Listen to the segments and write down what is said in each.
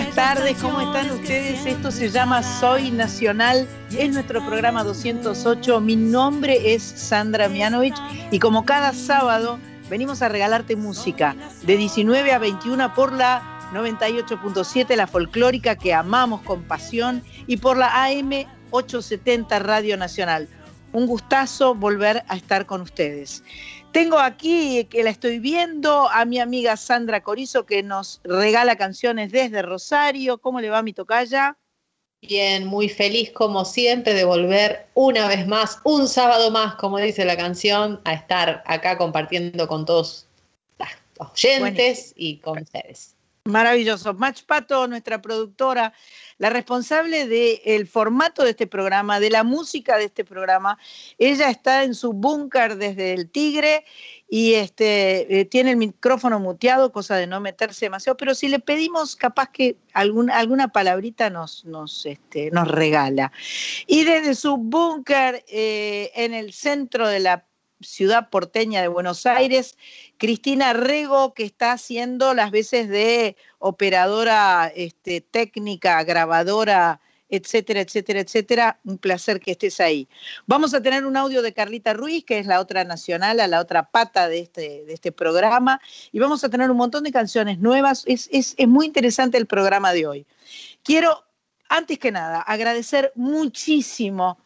buenas tardes, ¿cómo están ustedes? Esto se llama Soy Nacional, es nuestro programa 208. Mi nombre es Sandra Mianovich y como cada sábado venimos a regalarte música de 19 a 21 por la 98.7, la folclórica que amamos con pasión, y por la AM 870 Radio Nacional. Un gustazo volver a estar con ustedes. Tengo aquí, que la estoy viendo, a mi amiga Sandra Corizo, que nos regala canciones desde Rosario. ¿Cómo le va, mi tocaya? Bien, muy feliz como siempre de volver una vez más, un sábado más, como dice la canción, a estar acá compartiendo con todos los oyentes y con ustedes. Maravilloso. Mach Pato, nuestra productora, la responsable del formato de este programa, de la música de este programa. Ella está en su búnker desde el Tigre y tiene el micrófono muteado, cosa de no meterse demasiado, pero si le pedimos capaz que alguna palabrita nos regala. Y desde su búnker en el centro de la ciudad porteña de Buenos Aires, Cristina Rego, que está haciendo las veces de operadora técnica, grabadora, etcétera, etcétera, etcétera. Un placer que estés ahí. Vamos a tener un audio de Carlita Ruiz, que es la otra nacional, la otra pata de este programa, y vamos a tener un montón de canciones nuevas. Es muy interesante el programa de hoy. Quiero, antes que nada, agradecer muchísimo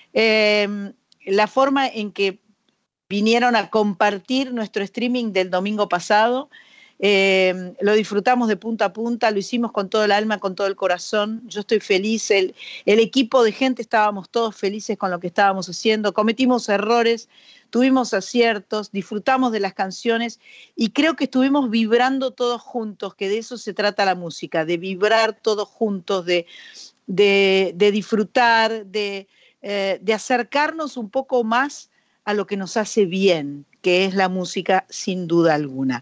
la forma en que vinieron a compartir nuestro streaming del domingo pasado. Lo disfrutamos de punta a punta, lo hicimos con todo el alma, con todo el corazón. Yo estoy feliz, el equipo de gente estábamos todos felices con lo que estábamos haciendo, cometimos errores, tuvimos aciertos, disfrutamos de las canciones y creo que estuvimos vibrando todos juntos, que de eso se trata la música, de vibrar todos juntos, de disfrutar, de acercarnos un poco más a lo que nos hace bien, que es la música sin duda alguna.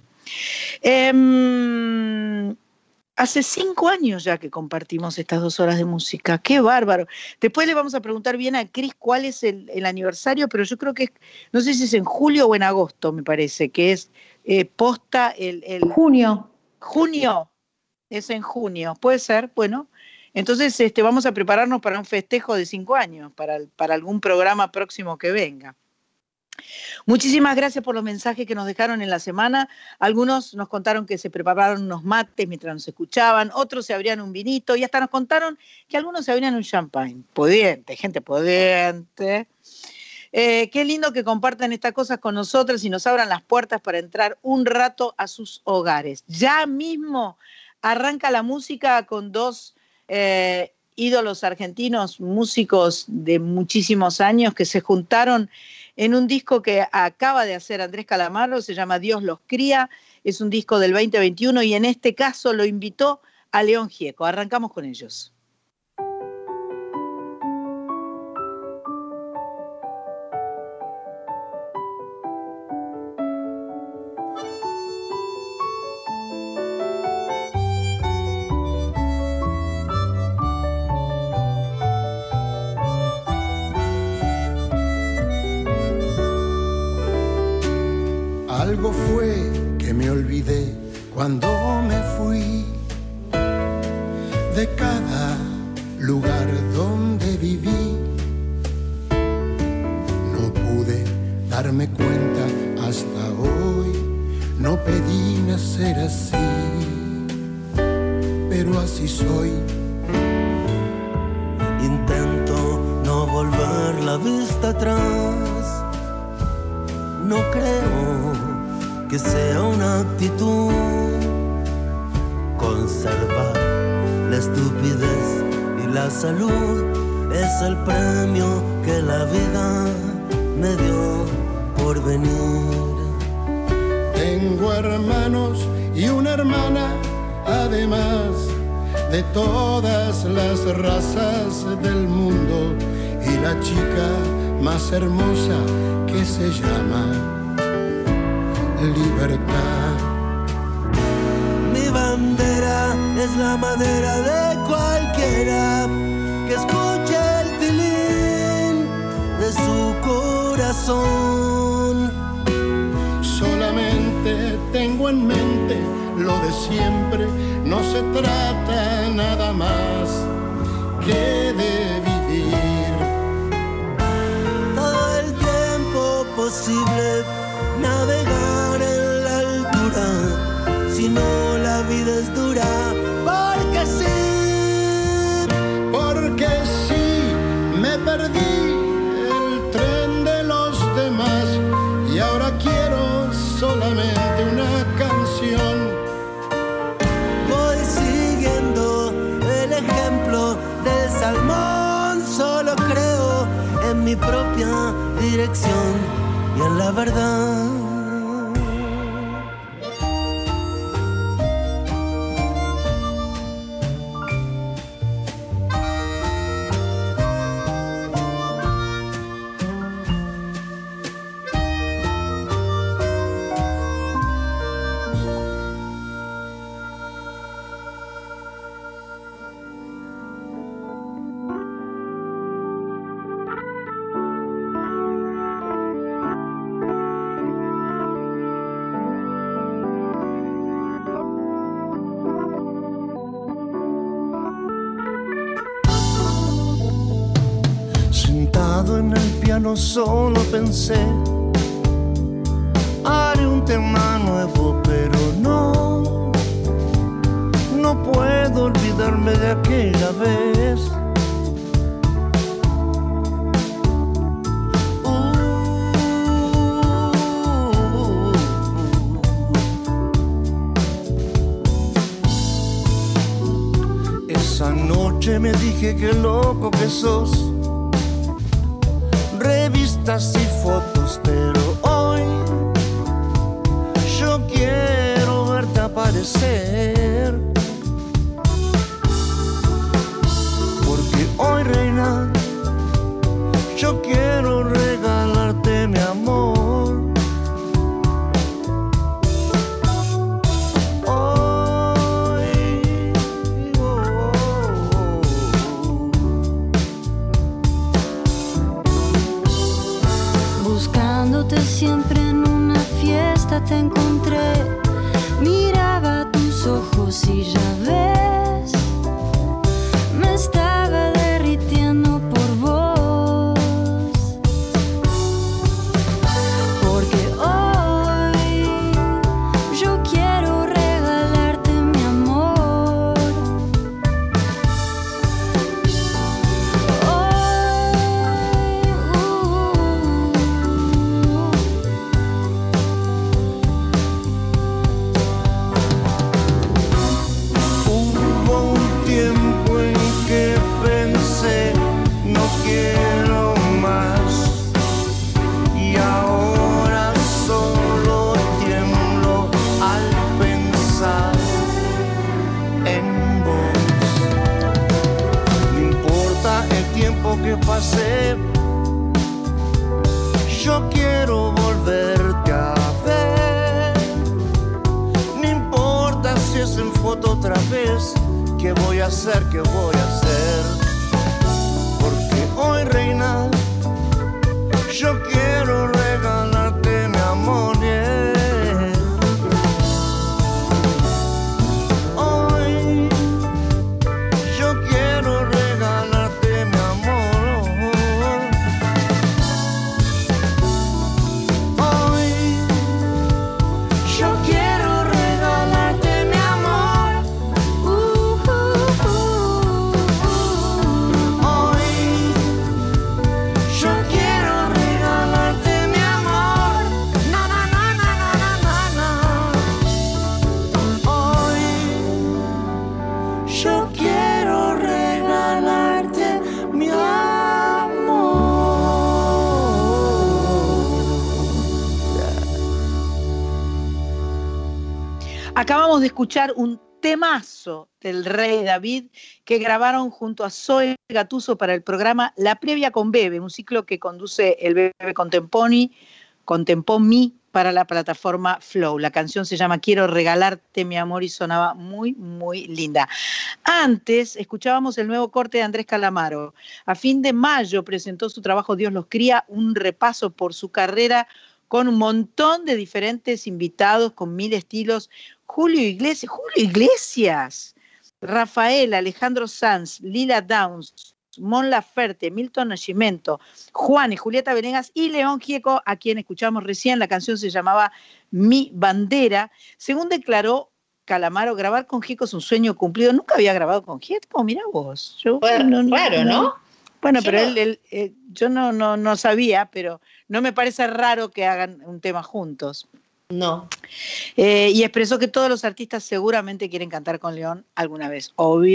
Hace 5 años ya que compartimos estas 2 horas de música, ¡qué bárbaro! Después le vamos a preguntar bien a Cris cuál es el aniversario, pero yo creo que no sé si es en julio o en agosto, me parece, que es posta el... Junio. ¿Junio? Es en junio, puede ser, bueno. Entonces vamos a prepararnos para un festejo de 5 años, para algún programa próximo que venga. Muchísimas gracias por los mensajes que nos dejaron en la semana. Algunos nos contaron que se prepararon unos mates mientras nos escuchaban, otros se abrían un vinito y hasta nos contaron que algunos se abrían un champagne. Pudiente, gente pudiente. Qué lindo que compartan estas cosas con nosotros y nos abran las puertas para entrar un rato a sus hogares. Ya mismo arranca la música con 2 ídolos argentinos, músicos de muchísimos años que se juntaron en un disco que acaba de hacer Andrés Calamaro, se llama Dios los cría, es un disco del 2021 y en este caso lo invitó a León Gieco. Arrancamos con ellos. Algo fue que me olvidé cuando me fui de cada lugar donde viví. No pude darme cuenta hasta hoy, no pedí nacer así, pero así soy. Intento no volver la vista atrás, no creo que sea una actitud. Conservar la estupidez y la salud es el premio que la vida me dio por venir. Tengo hermanos y una hermana, además de todas las razas del mundo, y la chica más hermosa que se llama libertad. Mi bandera es la madera de cualquiera que escuche el tilín de su corazón. Solamente tengo en mente lo de siempre, no se trata nada más que de vivir. Todo el tiempo posible navegar en la altura, si no la vida es dura, porque sí me perdí el tren de los demás y ahora quiero solamente una canción. Voy siguiendo el ejemplo del salmón, solo creo en mi propia dirección y en la verdad. En el piano solo pensé, haré un tema nuevo, pero no puedo olvidarme de aquella vez. Esa noche me dije qué loco que sos, revistas y fotos, pero hoy yo quiero verte aparecer, porque hoy, reina, yo quiero regalarte mi amor. Siempre en una fiesta te encontré, miraba tus ojos y ya ves, me estaba derritiendo por vos, porque hoy yo quiero regalarte mi amor. Que pasé, yo quiero volverte a ver. No importa si es en foto otra vez, ¿qué voy a hacer? ¿Qué voy a hacer? Porque hoy, reina, yo quiero regalarte mi amor, yeah. Hoy yo quiero regalarte mi amor. Hoy yo quiero regalarte mi amor. Hoy yo quiero regalarte mi amor. Na, na, na, na, na, na, na. Hoy yo quiero regalarte mi amor. Acabamos de escuchar un temazo del Rey David que grabaron junto a Zoe Gattuso para el programa La Previa con Bebe, un ciclo que conduce el Bebe Contempomi para la plataforma Flow. La canción se llama Quiero regalarte mi amor y sonaba muy, muy linda. Antes escuchábamos el nuevo corte de Andrés Calamaro. A fin de mayo presentó su trabajo Dios los cría, un repaso por su carrera con un montón de diferentes invitados, con 1000 estilos. Julio Iglesias, Rafael, Alejandro Sanz, Lila Downs, Mon Laferte, Milton Nascimento, Juan y Julieta Venegas y León Gieco, a quien escuchamos recién. La canción se llamaba Mi Bandera. Según declaró Calamaro, grabar con Gieco es un sueño cumplido. Nunca había grabado con Gieco, mirá vos. Claro, ¿no? Bueno, pero yo no sabía, pero no me parece raro que hagan un tema juntos. No. Y expresó que todos los artistas seguramente quieren cantar con León alguna vez.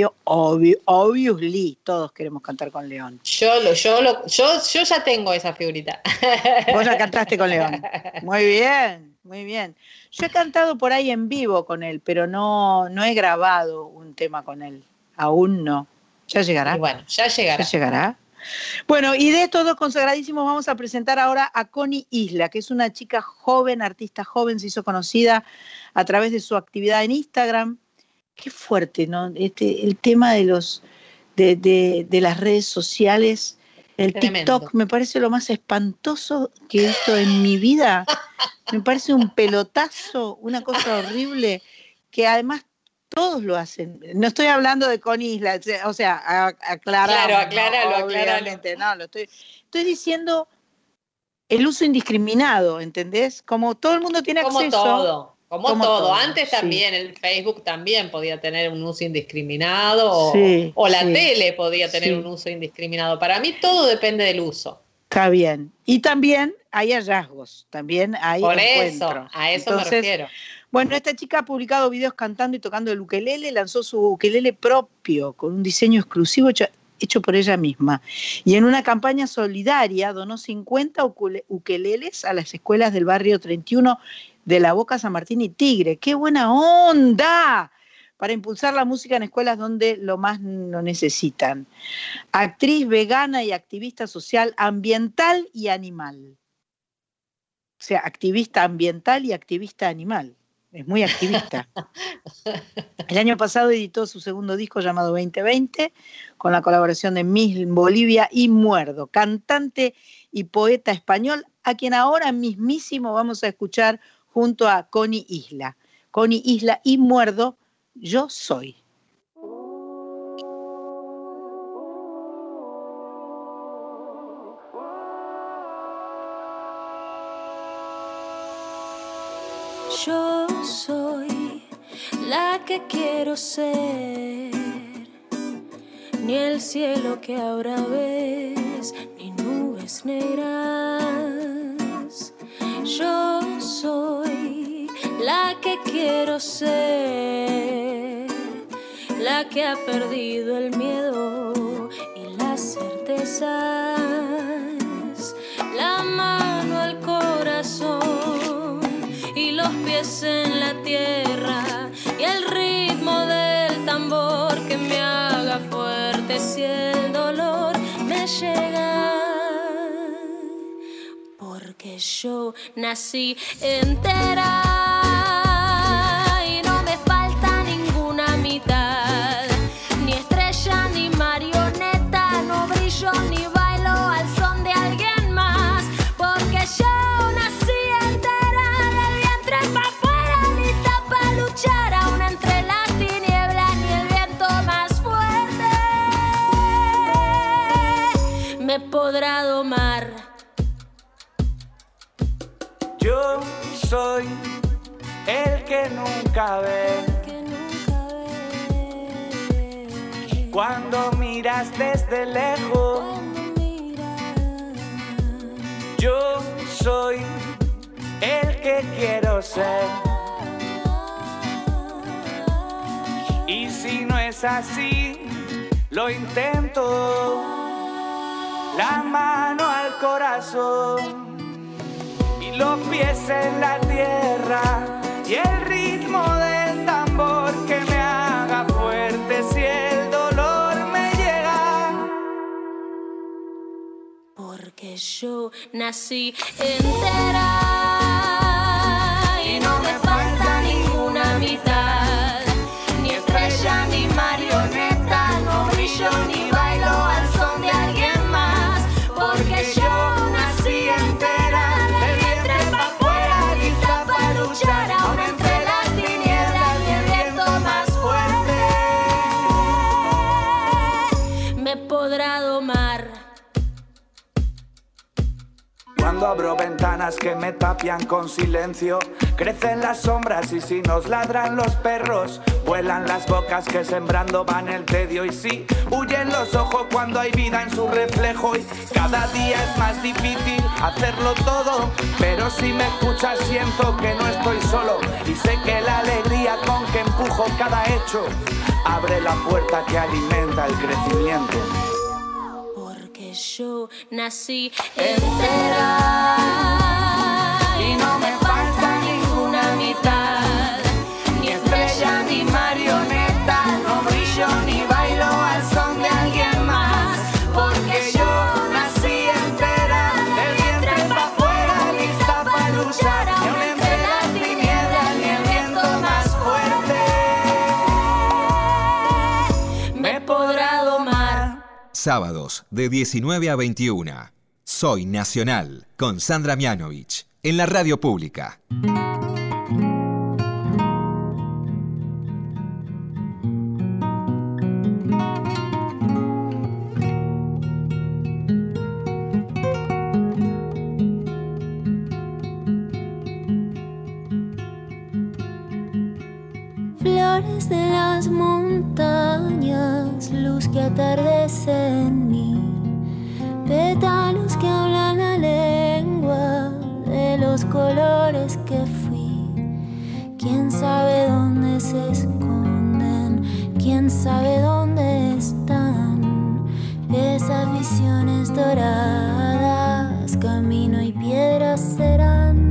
Obviously, todos queremos cantar con León. Yo ya tengo esa figurita. Vos ya cantaste con León. Muy bien, muy bien. Yo he cantado por ahí en vivo con él, pero no he grabado un tema con él. Aún no. Ya llegará. Y bueno, ya llegará. Ya llegará. Bueno, y de estos dos consagradísimos vamos a presentar ahora a Connie Isla, que es una chica joven, artista joven, se hizo conocida a través de su actividad en Instagram. Qué fuerte, ¿no? El tema de las redes sociales, el Tremendo. TikTok, me parece lo más espantoso que he visto en mi vida. Me parece un pelotazo, una cosa horrible, que además todos lo hacen. No estoy hablando de Connie Isla, o sea, aclaramos. Claro, acláralo. Obviamente, no, estoy diciendo el uso indiscriminado, ¿entendés? Como todo el mundo tiene acceso. Como todo. Antes también, el Facebook también podía tener un uso indiscriminado, o la tele podía tener un uso indiscriminado. Para mí todo depende del uso. Está bien. Y también hay hallazgos, también hay encuentros. Por eso, a eso me refiero. Bueno, esta chica ha publicado videos cantando y tocando el ukelele, lanzó su ukelele propio con un diseño exclusivo hecho por ella misma. Y en una campaña solidaria donó 50 ukeleles a las escuelas del barrio 31 de La Boca, San Martín y Tigre. ¡Qué buena onda! Para impulsar la música en escuelas donde lo más lo necesitan. Actriz vegana y activista social ambiental y animal. O sea, activista ambiental y activista animal. Es muy activista. El año pasado editó su segundo disco llamado 2020, con la colaboración de Miss Bolivia y Muerdo, cantante y poeta español, a quien ahora mismísimo vamos a escuchar junto a Connie Isla. Connie Isla y Muerdo, Yo Soy. Yo soy la que quiero ser, ni el cielo que ahora ves, ni nubes negras. Yo soy la que quiero ser, la que ha perdido el miedo y las certezas, la mano al corazón y los pies en la tierra, y el ritmo del tambor que me haga fuerte si el dolor me llega. Porque yo nací entera y no me falta ninguna mitad, ni estrella ni marioneta, no brillo ni bailo al son de alguien más, porque yo me podrá domar. Yo soy el que nunca ve, cuando miras desde lejos. Yo soy el que quiero ser, y si no es así, lo intento. La mano al corazón y los pies en la tierra, y el ritmo del tambor que me haga fuerte si el dolor me llega. Porque yo nací entera y no me falta ninguna mitad, ni estrella ni marioneta, no brillo ni bailo al son de alguien más. Porque yo nací entera, de vientre pa' podrá domar. Cuando abro ventanas que me tapian con silencio, crecen las sombras y si nos ladran los perros, vuelan las bocas que sembrando van el tedio y sí, huyen los ojos cuando hay vida en su reflejo y cada día es más difícil hacerlo todo, pero si me escuchas siento que no estoy solo y sé que la alegría con que empujo cada hecho abre la puerta que alimenta el crecimiento. Yo nací entera y no me falta ninguna mitad, ni estrella ni marioneta, no brillo ni bailo al son de alguien más, porque yo nací entera, del vientre pa' afuera, lista pa' luchar, ni aun entre las tinieblas ni el viento más fuerte me podrá domar. Sábados de 19 a 21. Soy Nacional con Sandra Mianovich en la radio pública. Flores de las montañas, luz que atardece en mí, pétalos que hablan la lengua de los colores que fui. Quién sabe dónde se esconden, quién sabe dónde están esas visiones doradas, camino y piedras serán.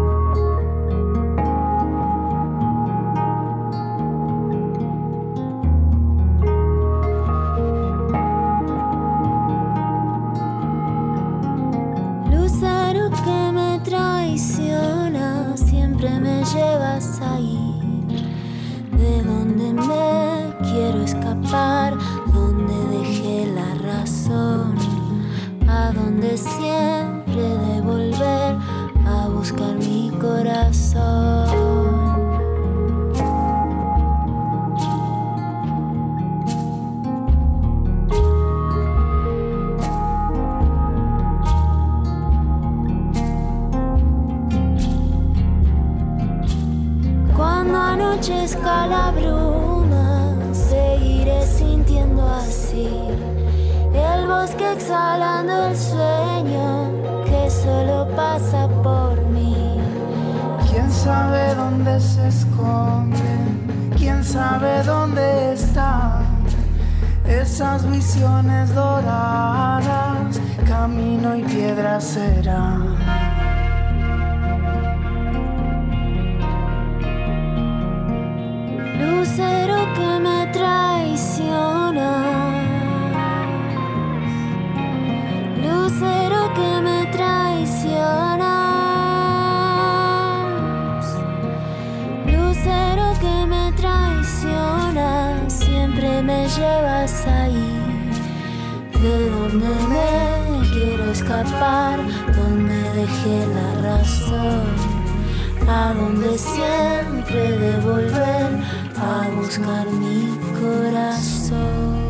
Siempre me llevas ahí, de donde me quiero escapar, donde dejé la razón, a donde siempre de volver a buscar mi corazón. Anochezca la bruma, seguiré sintiendo así el bosque exhalando el sueño que solo pasa por mí. ¿Quién sabe dónde se esconden? ¿Quién sabe dónde están esas visiones doradas? Camino y piedra serán. Lucero que me traicionas, lucero que me traicionas, lucero que me traicionas, siempre me llevas ahí, de donde me quiero escapar, donde dejé la razón, a donde siempre de volver a buscar mi corazón.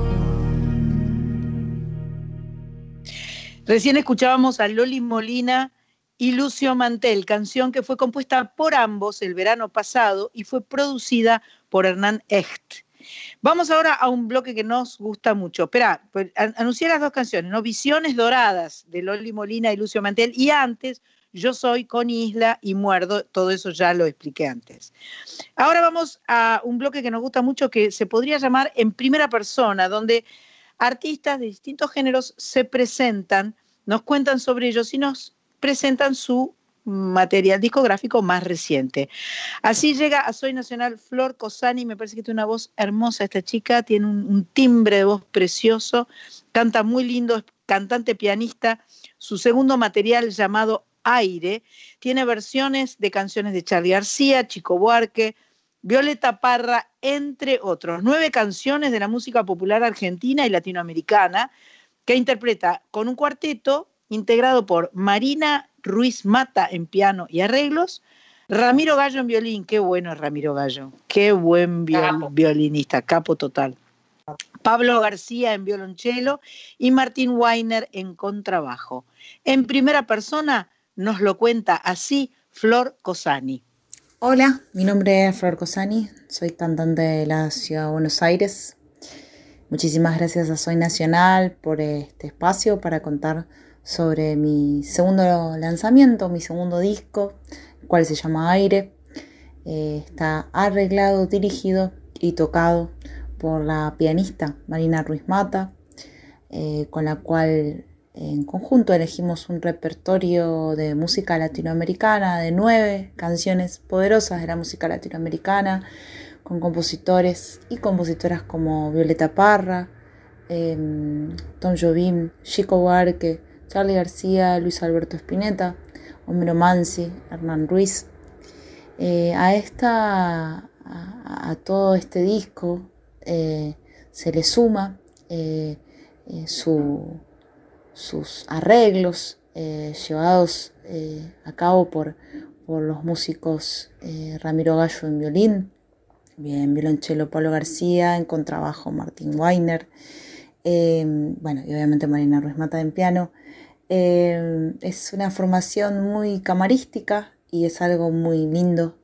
Recién escuchábamos a Loli Molina y Lucio Mantel, canción que fue compuesta por ambos el verano pasado y fue producida por Hernán Echt. Vamos ahora a un bloque que nos gusta mucho. Espera, pues, anuncié las dos canciones, ¿no? Visiones Doradas de Loli Molina y Lucio Mantel, y antes Yo Soy con Isla y Muerdo, todo eso ya lo expliqué antes. Ahora vamos a un bloque que nos gusta mucho que se podría llamar En Primera Persona, donde artistas de distintos géneros se presentan, nos cuentan sobre ellos y nos presentan su material discográfico más reciente. Así llega a Soy Nacional Flor Cosani, me parece que tiene una voz hermosa esta chica, tiene un timbre de voz precioso, canta muy lindo, es cantante pianista, su segundo material llamado Aire, tiene versiones de canciones de Charly García, Chico Buarque, Violeta Parra, entre otros. 9 canciones de la música popular argentina y latinoamericana que interpreta con un cuarteto integrado por Marina Ruiz Mata en piano y arreglos, Ramiro Gallo en violín, qué bueno es Ramiro Gallo, qué buen violinista, capo total. Pablo García en violonchelo y Martín Weiner en contrabajo. En primera persona nos lo cuenta así Flor Cosani. Hola, mi nombre es Flor Cosani, soy cantante de la Ciudad de Buenos Aires. Muchísimas gracias a Soy Nacional por este espacio para contar sobre mi segundo lanzamiento, mi segundo disco, el cual se llama Aire. Está arreglado, dirigido y tocado por la pianista Marina Ruiz Mata, con la cual en conjunto elegimos un repertorio de música latinoamericana, de 9 canciones poderosas de la música latinoamericana, con compositores y compositoras como Violeta Parra, Tom Jobim, Chico Buarque, Charly García, Luis Alberto Spinetta, Homero Mansi, Hernán Ruiz. A todo este disco se le suma sus arreglos llevados a cabo por los músicos Ramiro Gallo en violín, en violonchelo Pablo García, en contrabajo Martín Weiner, y obviamente Marina Ruiz Mata en piano. Es una formación muy camarística y es algo muy lindo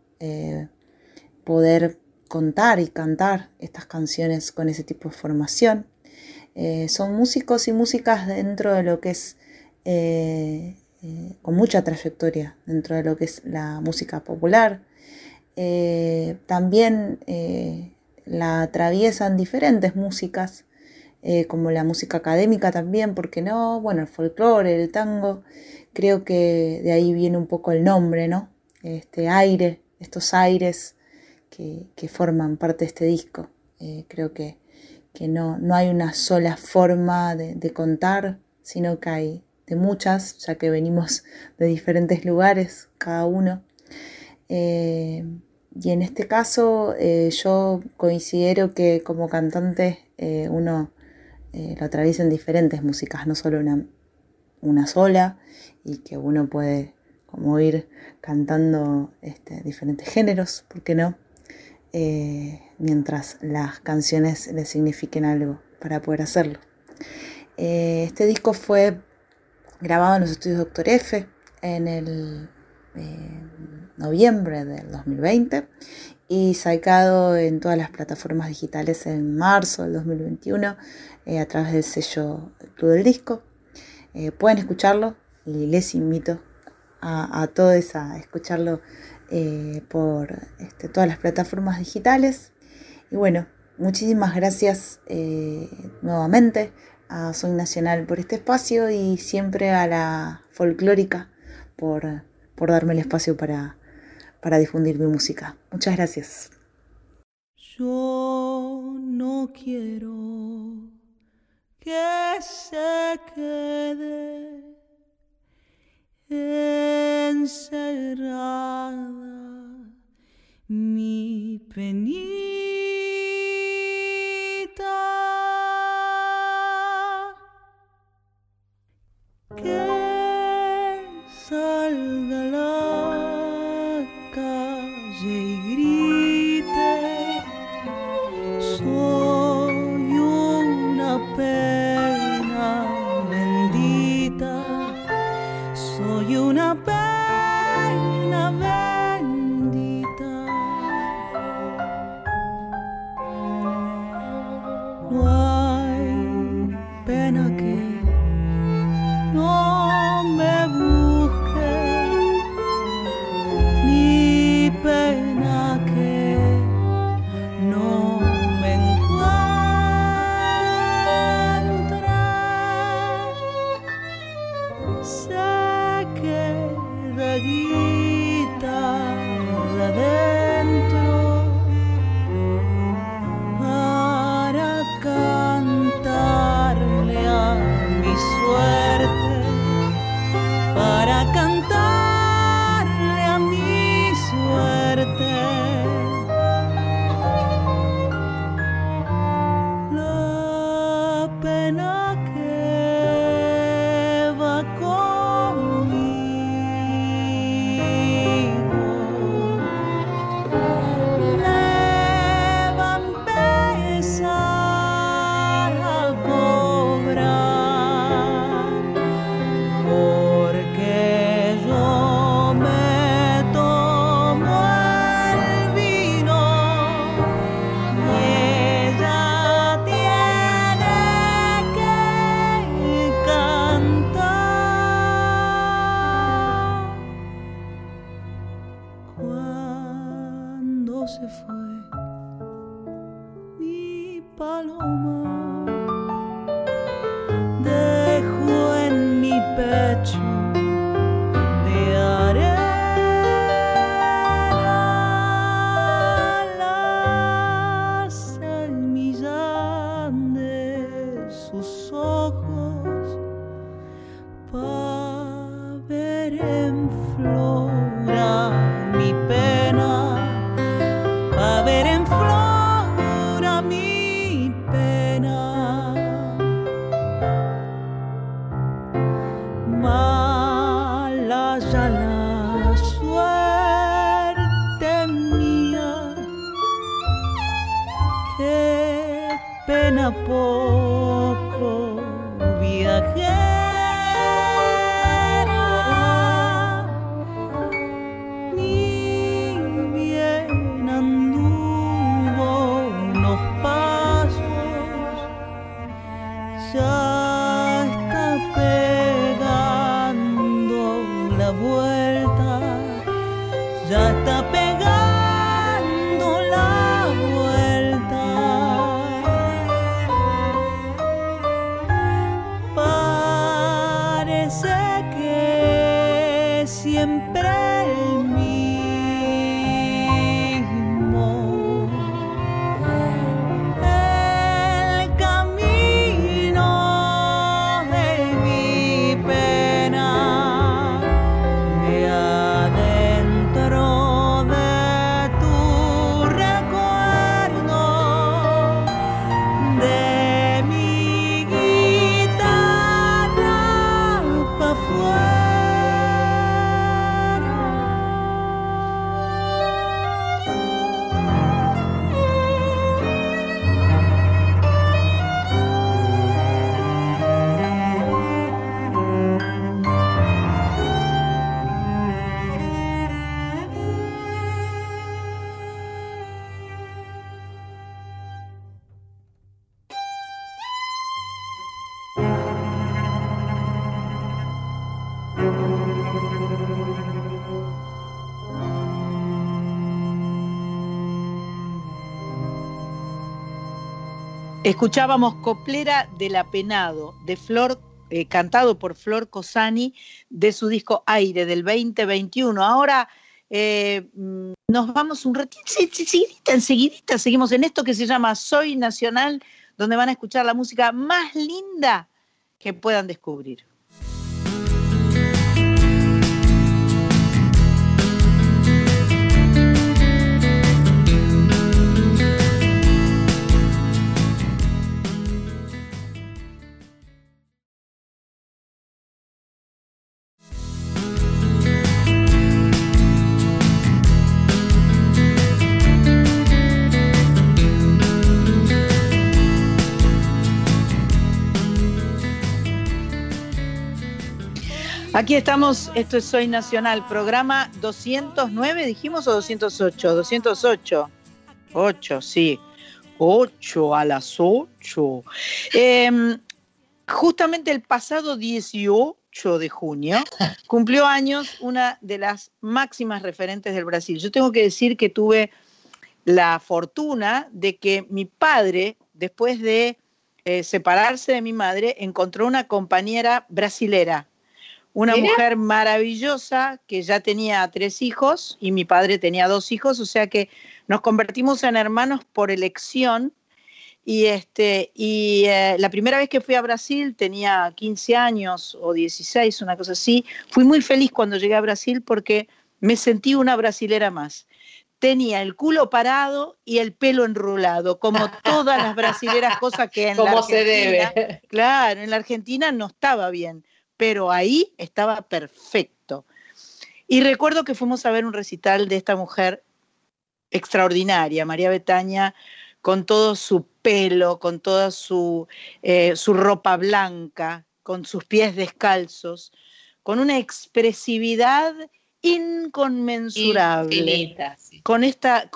poder contar y cantar estas canciones con ese tipo de formación. Son músicos y músicas dentro de lo que es con mucha trayectoria dentro de lo que es la música popular. También la atraviesan diferentes músicas, como la música académica también, ¿por qué no? Bueno, el folclore, el tango, creo que de ahí viene un poco el nombre, ¿no? Este aire, estos aires que forman parte de este disco. Creo que no hay una sola forma de contar, sino que hay de muchas, ya que venimos de diferentes lugares, cada uno. Y en este caso yo considero que como cantante uno lo atraviesa en diferentes músicas, no solo una sola, y que uno puede como ir cantando diferentes géneros, ¿por qué no? Mientras las canciones le signifiquen algo para poder hacerlo. Este disco fue grabado en los estudios Dr. F en el noviembre del 2020 y sacado en todas las plataformas digitales en marzo del 2021 a través del sello Club del Disco. Pueden escucharlo y les invito a todos a escucharlo por todas las plataformas digitales. Y bueno, muchísimas gracias nuevamente a Soy Nacional por este espacio y siempre a la Folclórica por darme el espacio para difundir mi música. Muchas gracias. Yo no quiero que se quede encerrada mi penita, que salga a la calle y grite, soy una pena bendita, soy una pena bendita. No hay pena que no me busque, ni pena que no me encuentre. Se queda guitarra adentro para cantarle a hecho de arena, la semillan de sus ojos pa' ver en flor a mi pena, pa' ver en flor a mi pena. Mala ya la suerte mía, qué pena poco viajera, ni bien anduvo unos pasos, ya está pegando la vuelta, ya está pegando la vuelta. Parece que siempre el mismo, el camino de mi pena, de adentro de tu recuerdo, de mi guitarra pa' afuera. Escuchábamos Coplera del Apenado, de Flor, cantado por Flor Cosani, de su disco Aire del 2021. Ahora nos vamos un ratito, enseguidita seguimos en esto que se llama Soy Nacional, donde van a escuchar la música más linda que puedan descubrir. Aquí estamos, esto es Soy Nacional, programa 209, dijimos, o 208, 208, 8, sí, 8 a las 8. Justamente el pasado 18 de junio cumplió años una de las máximas referentes del Brasil. Yo tengo que decir que tuve la fortuna de que mi padre, después de separarse de mi madre, encontró una compañera brasilera. Una mujer maravillosa que ya tenía 3 hijos y mi padre tenía 2 hijos, o sea que nos convertimos en hermanos por elección. Y la primera vez que fui a Brasil tenía 15 años o 16, una cosa así. Fui muy feliz cuando llegué a Brasil porque me sentí una brasilera más. Tenía el culo parado y el pelo enrulado, como todas las brasileras, cosa que en la Argentina, se debe. Claro, en la Argentina no estaba bien, pero ahí estaba perfecto. Y recuerdo que fuimos a ver un recital de esta mujer extraordinaria, María Bethânia, con todo su pelo, con toda su ropa blanca, con sus pies descalzos, con una expresividad inconmensurable, infinita, sí. con esta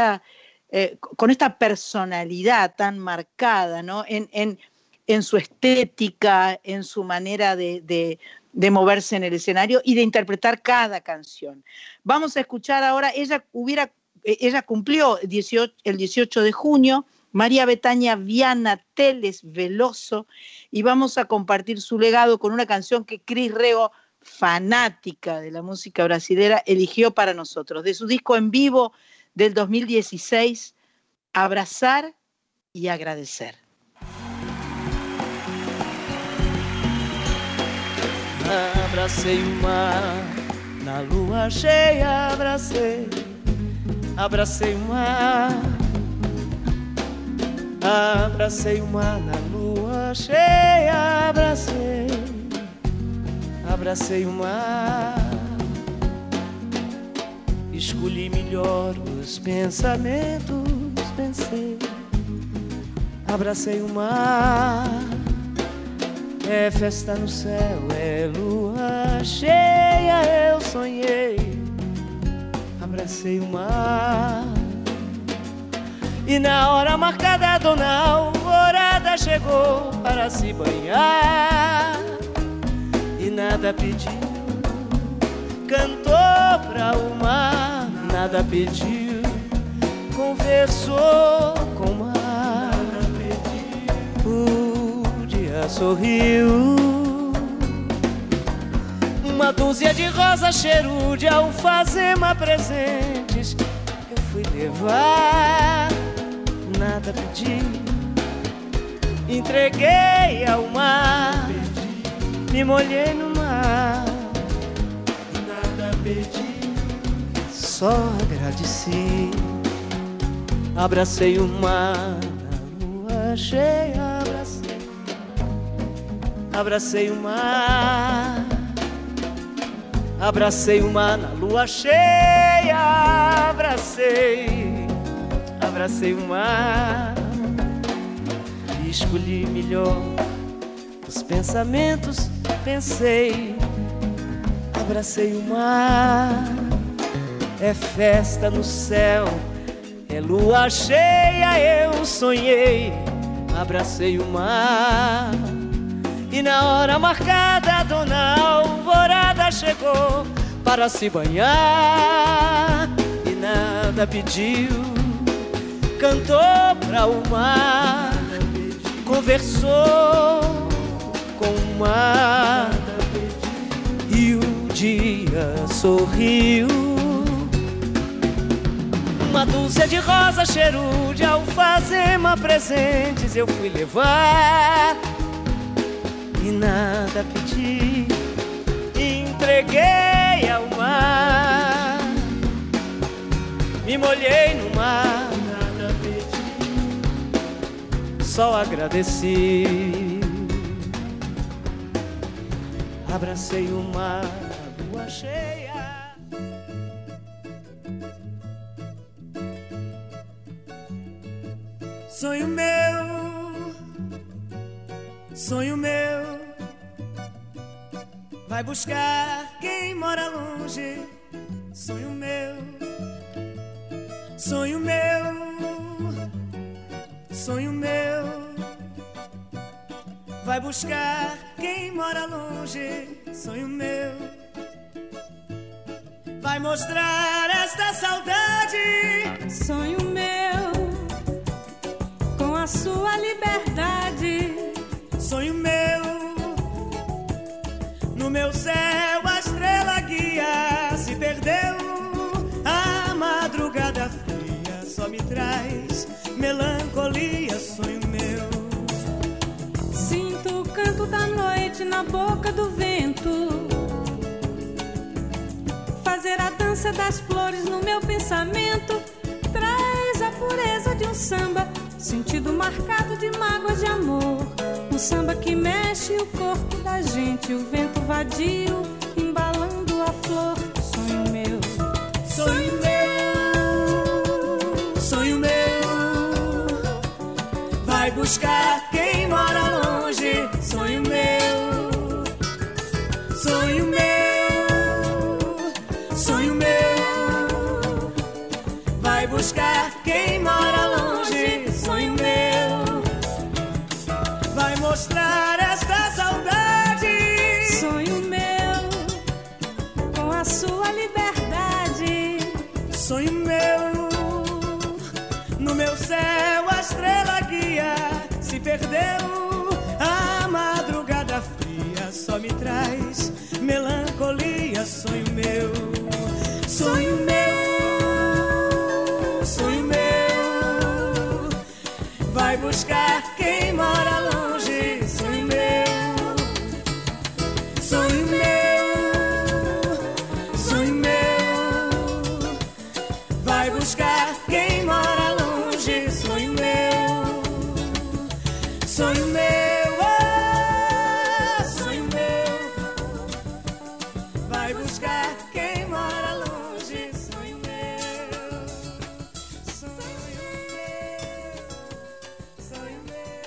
personalidad tan marcada, ¿no? En su estética, en su manera de moverse en el escenario y de interpretar cada canción. Vamos a escuchar ahora, ella cumplió el 18 de junio, María Betania Viana Teles Veloso, y vamos a compartir su legado con una canción que Cris Rego, fanática de la música brasilera, eligió para nosotros, de su disco en vivo del 2016, Abrazar y Agradecer. Abracei o mar na lua cheia, abracei o mar. Abracei o mar na lua cheia, abracei o mar. Escolhi melhor os pensamentos, pensei, abracei o mar. É festa no céu, é lua cheia, eu sonhei, abracei o mar. E na hora marcada a dona Alvorada chegou para se banhar. E nada pediu, cantou pra o mar. Nada pediu, conversou com o mar. Nada pediu, o dia sorriu. Uma dúzia de rosas, cheiro de alfazema, presentes eu fui levar. Nada pedi, entreguei ao mar, me molhei no mar. Nada pedi, só agradeci. Abracei o mar na lua cheia, abracei o mar. Abracei o mar na lua cheia, abracei o mar. E escolhi melhor os pensamentos, pensei, abracei o mar. É festa no céu, é lua cheia, eu sonhei, abracei o mar. E na hora marcada a dona Alvorada chegou para se banhar. E nada pediu, cantou pra o mar, conversou com o mar. E o dia sorriu. Uma dúzia de rosas, cheiro de alfazema, presentes eu fui levar. E nada pedi, entreguei ao mar, me molhei no mar. Nada pedi, só agradeci. Abracei o mar, a lua cheia. Sonho meu, vai buscar quem mora longe. Sonho meu, sonho meu, vai buscar quem mora longe. Sonho meu, vai mostrar esta saudade. Sonho meu, com a sua liberdade. Sonho meu, no meu céu a estrela guia se perdeu. A madrugada fria só me traz melancolia. Sonho meu, sinto o canto da noite na boca do vento, fazer a dança das flores no meu pensamento. Traz a pureza de um samba, sentido marcado de mágoas de amor. Um samba que mexe o corpo da gente, o vento vadio embalando a flor. Sonho meu, sonho meu, sonho meu, vai buscar quem mora longe. Sonho meu, sonho meu, sonho meu, vai buscar quem mora longe. Sonho meu, vai mostrar esta saudade. Sonho meu, com a sua liberdade. Sonho meu, no meu céu a estrela perdeu. A madrugada fria só me traz melancolia. Sonho meu, sonho meu, sonho meu. Vai buscar quem mora longe. Sonho meu, sonho meu, sonho meu. Vai buscar quem mora longe. Sonho meu, sonho meu, ah, sonho meu. Vai buscar quem mora longe. Sonho meu, sonho meu, sonho meu.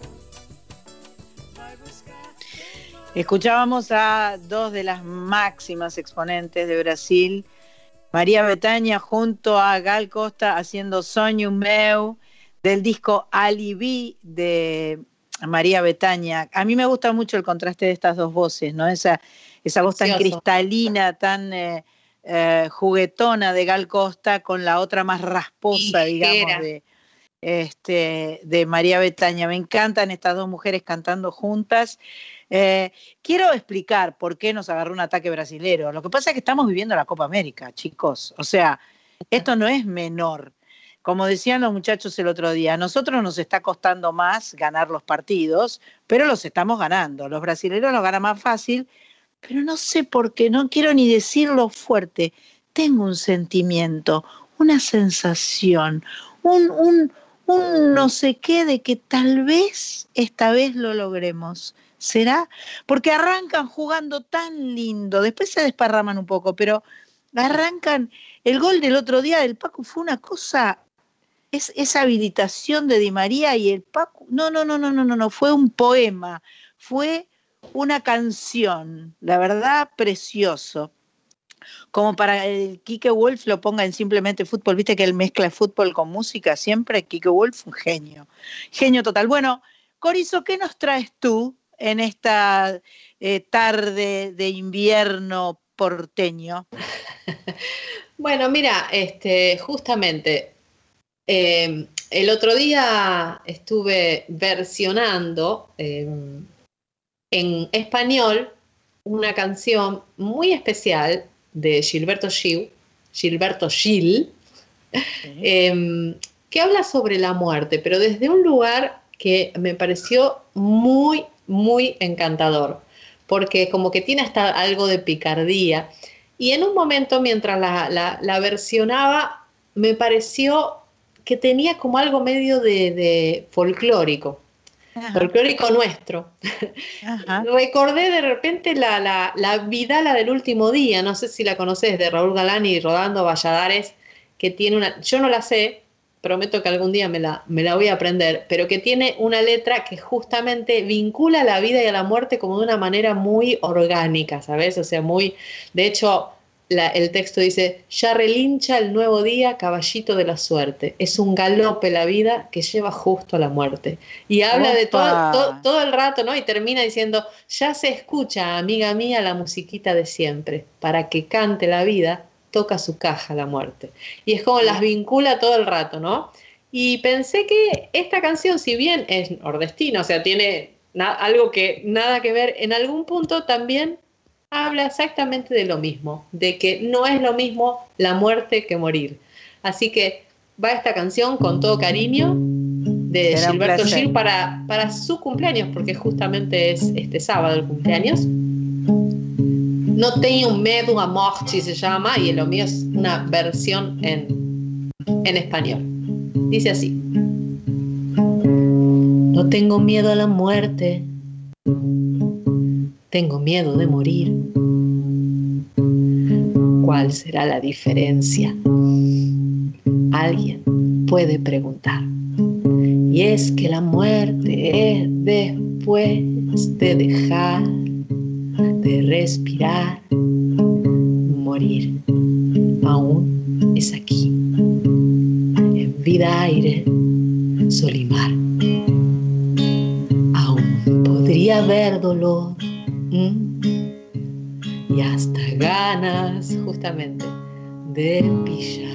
Vai buscar quem mora. Escuchábamos a dos de las máximas exponentes de Brasil, María Bethânia junto a Gal Costa haciendo Sonho Meu, del disco Alibi de María Bethânia. A mí me gusta mucho el contraste de estas dos voces, ¿no? Esa voz tan Precioso. cristalina, tan juguetona de Gal Costa con la otra más rasposa, Ligera. digamos, de María Bethânia. Me encantan estas dos mujeres cantando juntas. Quiero explicar por qué nos agarró un ataque brasilero. Lo que pasa es que estamos viviendo la Copa América, chicos. O sea, esto no es menor. Como decían los muchachos el otro día, a nosotros nos está costando más ganar los partidos, pero los estamos ganando. Los brasileños los ganan más fácil, pero no sé por qué, no quiero ni decirlo fuerte. Tengo un sentimiento, una sensación, un no sé qué de que tal vez esta vez lo logremos. ¿Será? Porque arrancan jugando tan lindo, después se desparraman un poco, pero arrancan. El gol del otro día del Pacu fue una cosa, esa habilitación de Di María y el Pacu, no, fue un poema, fue una canción, la verdad, precioso. Como para el Quique Wolf lo ponga en Simplemente Fútbol, viste que él mezcla fútbol con música siempre. Quique Wolf, un genio total. Bueno, Corizo, ¿qué nos traes tú en esta tarde de invierno porteño? Bueno, mira, justamente el otro día estuve versionando en español una canción muy especial de Gilberto Gil, que habla sobre la muerte, pero desde un lugar que me pareció muy, muy encantador, porque como que tiene hasta algo de picardía. Y en un momento, mientras la versionaba, me pareció que tenía como algo medio de folclórico. Ajá. Folclórico nuestro. Ajá. Recordé de repente la Vidala del último día, no sé si la conoces, de Raúl Galán y Rodando Valladares, que tiene una, yo no la sé, prometo que algún día me la voy a aprender, pero que tiene una letra que justamente vincula la vida y a la muerte como de una manera muy orgánica, ¿sabes? O sea, muy, de hecho, el texto dice: ya relincha el nuevo día, caballito de la suerte, es un galope la vida que lleva justo a la muerte. Y habla de todo el rato, ¿no? Y termina diciendo: ya se escucha, amiga mía, la musiquita de siempre, para que cante la vida, toca su caja la muerte. Y es como las vincula todo el rato, ¿no? Y pensé que esta canción, si bien es nordestina, o sea, tiene algo que nada que ver, en algún punto también habla exactamente de lo mismo, de que no es lo mismo la muerte que morir. Así que va esta canción con todo cariño de Gilberto Gil para su cumpleaños, porque justamente es este sábado el cumpleaños. No tengo medo a morte se llama, y lo mío es una versión en español. Dice así: no tengo miedo a la muerte, tengo miedo de morir. ¿Cuál será la diferencia? Alguien puede preguntar. Y es que la muerte es después de dejar de respirar. Morir aún es aquí, en vida, aire, sol y mar. Aún podría haber dolor y hasta ganas justamente de pillar.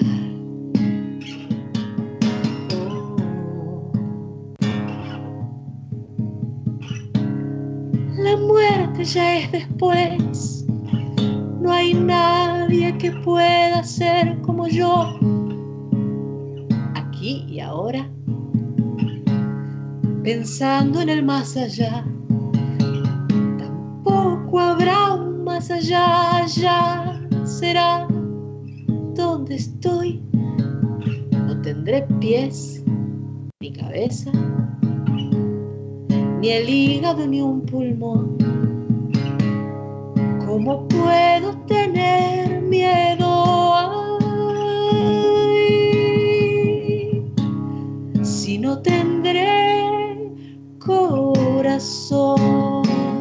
La muerte ya es después. No hay nadie que pueda ser como yo. Aquí y ahora, pensando en el más allá. Tampoco habrá un más allá, ya será donde estoy. No tendré pies, ni cabeza, ni el hígado, ni un pulmón. ¿Cómo puedo tener miedo? Ay, si no tendré corazón.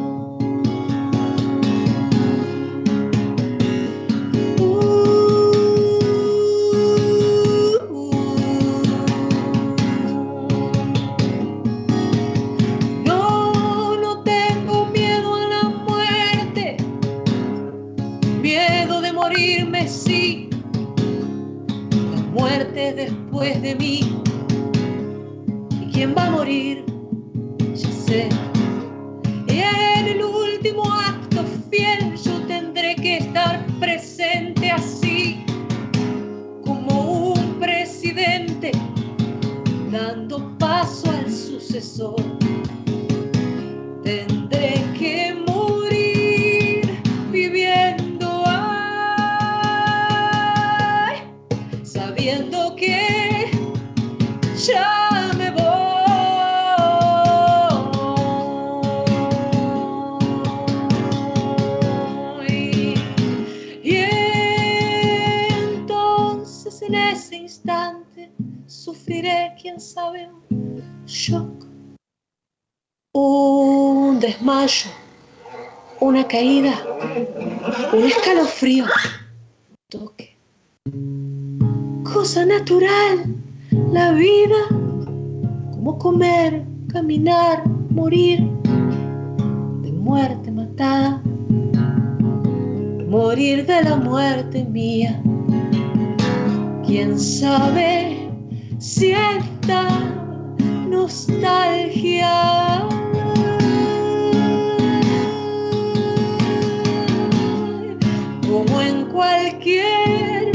Sí, la muerte después de mí. ¿Y quién va a morir? Ya sé. Y en el último acto fiel yo tendré que estar presente así, como un presidente dando paso al sucesor. Tendré que morir viviendo, sabiendo que ya me voy. Y entonces en ese instante sufriré, quién sabe, un shock, un desmayo, una caída, un escalofrío, toque. Cosa natural, la vida, como comer, caminar, morir, de muerte matada, morir de la muerte mía. Quién sabe si esta nostalgia como en cualquier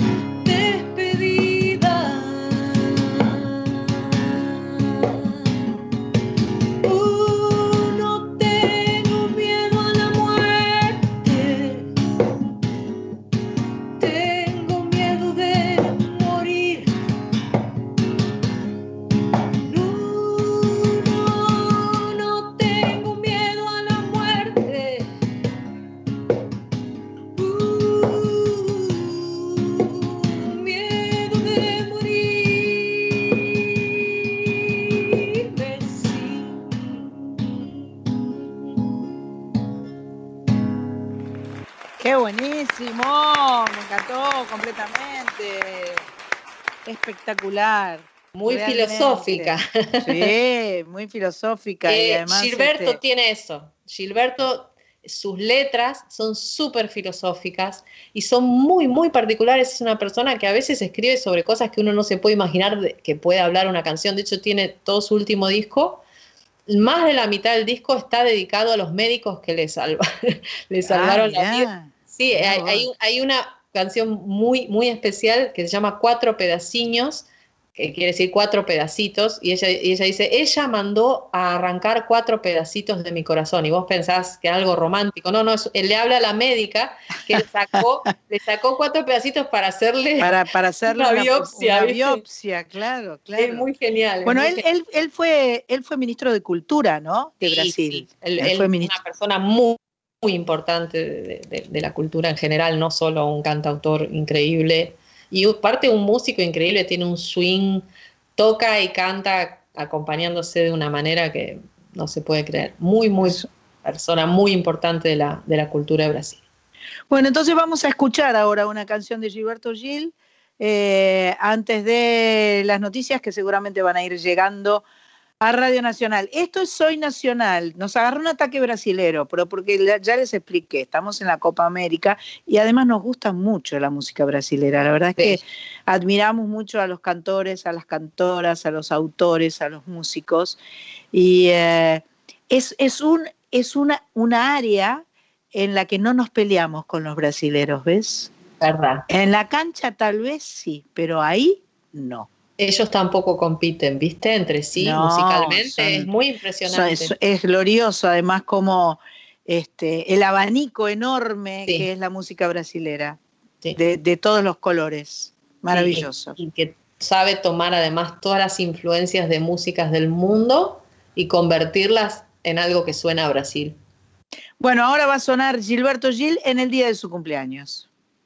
buenísimo, me encantó completamente, espectacular. Muy realmente filosófica. Sí, muy filosófica. Y además Gilberto tiene eso. Gilberto, sus letras son súper filosóficas y son muy, muy particulares. Es una persona que a veces escribe sobre cosas que uno no se puede imaginar que pueda hablar una canción. De hecho, tiene todo su último disco. Más de la mitad del disco está dedicado a los médicos que le salvaron la vida. Sí, hay una canción muy, muy especial que se llama 4 pedaciños, que quiere decir 4 pedacitos, y ella dice, ella mandó a arrancar 4 pedacitos de mi corazón, y vos pensás que algo romántico. No, él le habla a la médica que le sacó 4 pedacitos para hacerle una biopsia. Una biopsia, claro. Es muy genial. Bueno, él fue ministro de Cultura, ¿no? De Brasil. Sí. Él fue ministro. Una persona muy, muy importante de la cultura en general, no solo un cantautor increíble, y aparte un músico increíble, tiene un swing, toca y canta acompañándose de una manera que no se puede creer. Muy, muy persona muy importante de la cultura de Brasil. Bueno, entonces vamos a escuchar ahora una canción de Gilberto Gil, antes de las noticias que seguramente van a ir llegando a Radio Nacional. Esto es Soy Nacional. Nos agarró un ataque brasilero, pero porque ya les expliqué, estamos en la Copa América y además nos gusta mucho la música brasilera. La verdad es que admiramos mucho a los cantores, a las cantoras, a los autores, a los músicos. Y es un es una área en la que no nos peleamos con los brasileros, ¿ves? ¿Verdad? En la cancha tal vez sí, pero ahí no. Ellos tampoco compiten, ¿viste? Entre sí, no, musicalmente, es muy impresionante. Es glorioso, además, como el abanico enorme que es la música brasilera, de todos los colores, maravilloso. Y que sabe tomar además todas las influencias de músicas del mundo y convertirlas en algo que suena a Brasil. Bueno, ahora va a sonar Gilberto Gil en el día de su cumpleaños.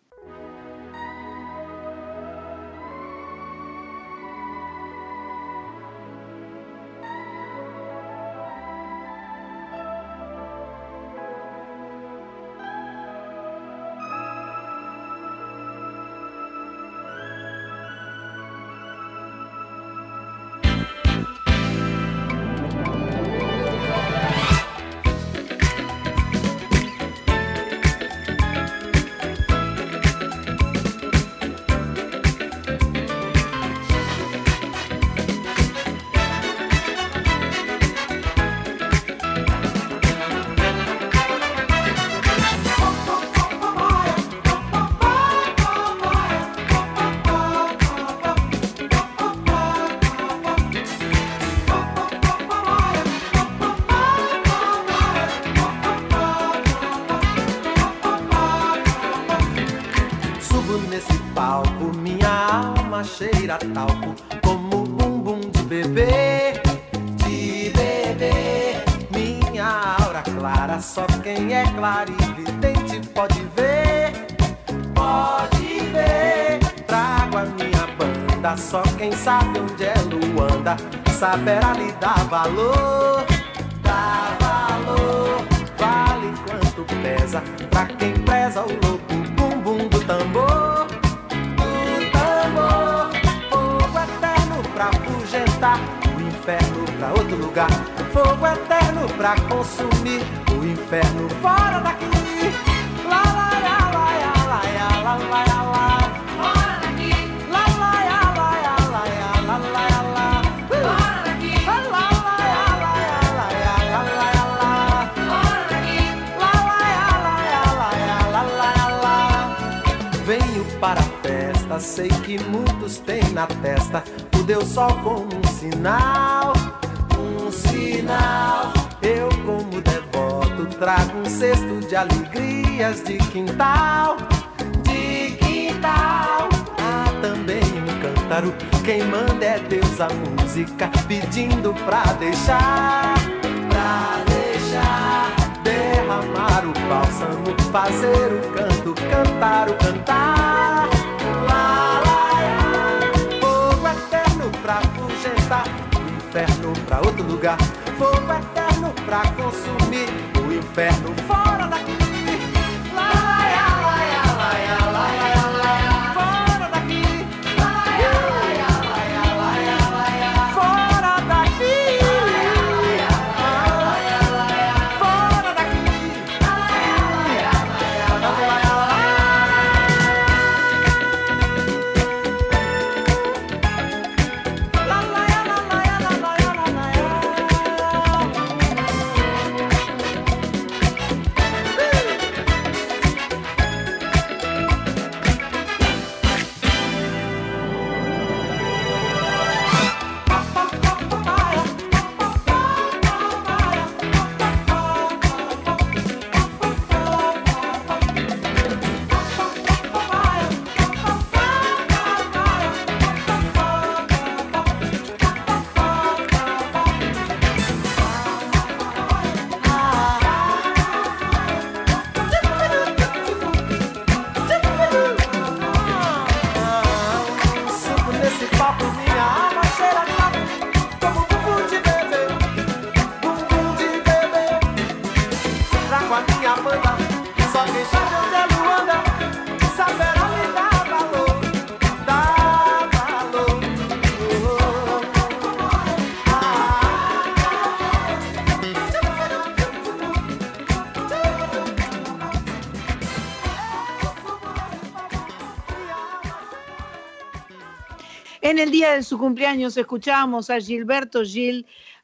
Cheira talco como bumbum de bebê, minha aura clara, só quem é clarividente pode ver, trago a minha banda, só quem sabe onde é Luanda, saberá lhe dar valor, vale quanto pesa, pra quem preza o louco bumbum do tambor. Pra afugentar o inferno pra outro lugar, fogo eterno pra consumir o inferno fora daqui. Lá, lá, lá, lá, lá, lá, lá, lá, lá. Fora daqui. Lá, lá, lá, lá, lá, lá, lá, lá. Fora daqui. Lá, lá, lá, lá, lá, lá, lá. Fora daqui. Lá, lá, lá, lá, lá, lá. Venho para a festa, sei que muitos têm na testa deu só como um sinal. Eu como devoto trago um cesto de alegrias de quintal. Há também um cântaro, quem manda é Deus a música, pedindo pra deixar derramar o bálsamo, fazer o canto, cantar o cantar. Pra afugentar o inferno pra outro lugar, fogo eterno pra consumir o inferno fora daqui. Lá, lá, lá, lá, lá, lá, lá. Fora daqui. Lá, lá, lá, lá, lá, lá. Fora daqui. Fora daqui. En el día de su cumpleaños escuchábamos a Gilberto Gil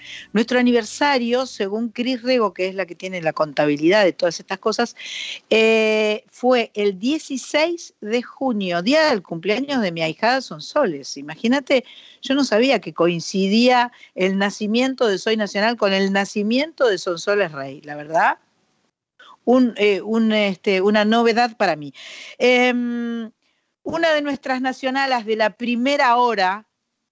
Nuestro aniversario, según Cris Rego, que es la que tiene la contabilidad de todas estas cosas, fue el 16 de junio, día del cumpleaños de mi ahijada Sonsoles. Imagínate, yo no sabía que coincidía el nacimiento de Soy Nacional con el nacimiento de Sonsoles Rey, la verdad. Una novedad para mí. Una de nuestras nacionalas de la primera hora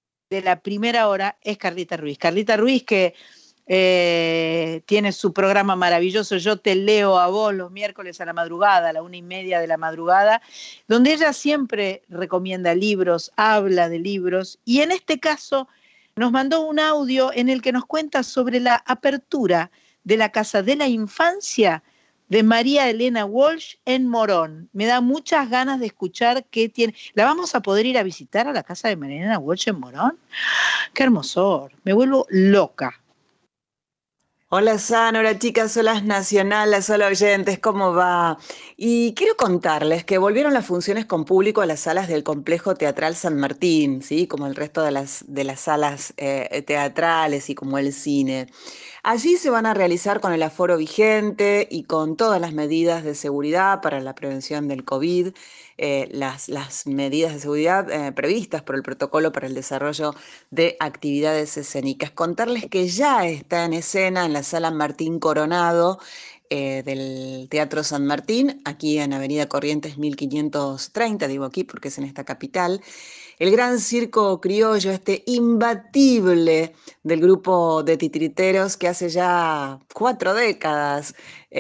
es Carlita Ruiz. Carlita Ruiz que tiene su programa maravilloso Yo te leo a vos los miércoles a la madrugada, a la 1:30 de la madrugada, donde ella siempre recomienda libros, habla de libros, y en este caso nos mandó un audio en el que nos cuenta sobre la apertura de la Casa de la Infancia de María Elena Walsh en Morón. Me da muchas ganas de escuchar qué tiene. ¿La vamos a poder ir a visitar a la casa de María Elena Walsh en Morón? ¡Qué hermosor! Me vuelvo loca. Hola San, hola chicas, hola nacionales, hola oyentes, ¿cómo va? Y quiero contarles que volvieron las funciones con público a las salas del Complejo Teatral San Martín, ¿sí? Como el resto de las salas teatrales y como el cine. Allí se van a realizar con el aforo vigente y con todas las medidas de seguridad para la prevención del COVID, las medidas de seguridad previstas por el protocolo para el desarrollo de actividades escénicas. Contarles que ya está en escena en la Sala Martín Coronado del Teatro San Martín, aquí en Avenida Corrientes 1530, digo aquí porque es en esta capital, el gran circo criollo, este imbatible del grupo de titiriteros que hace ya 4 décadas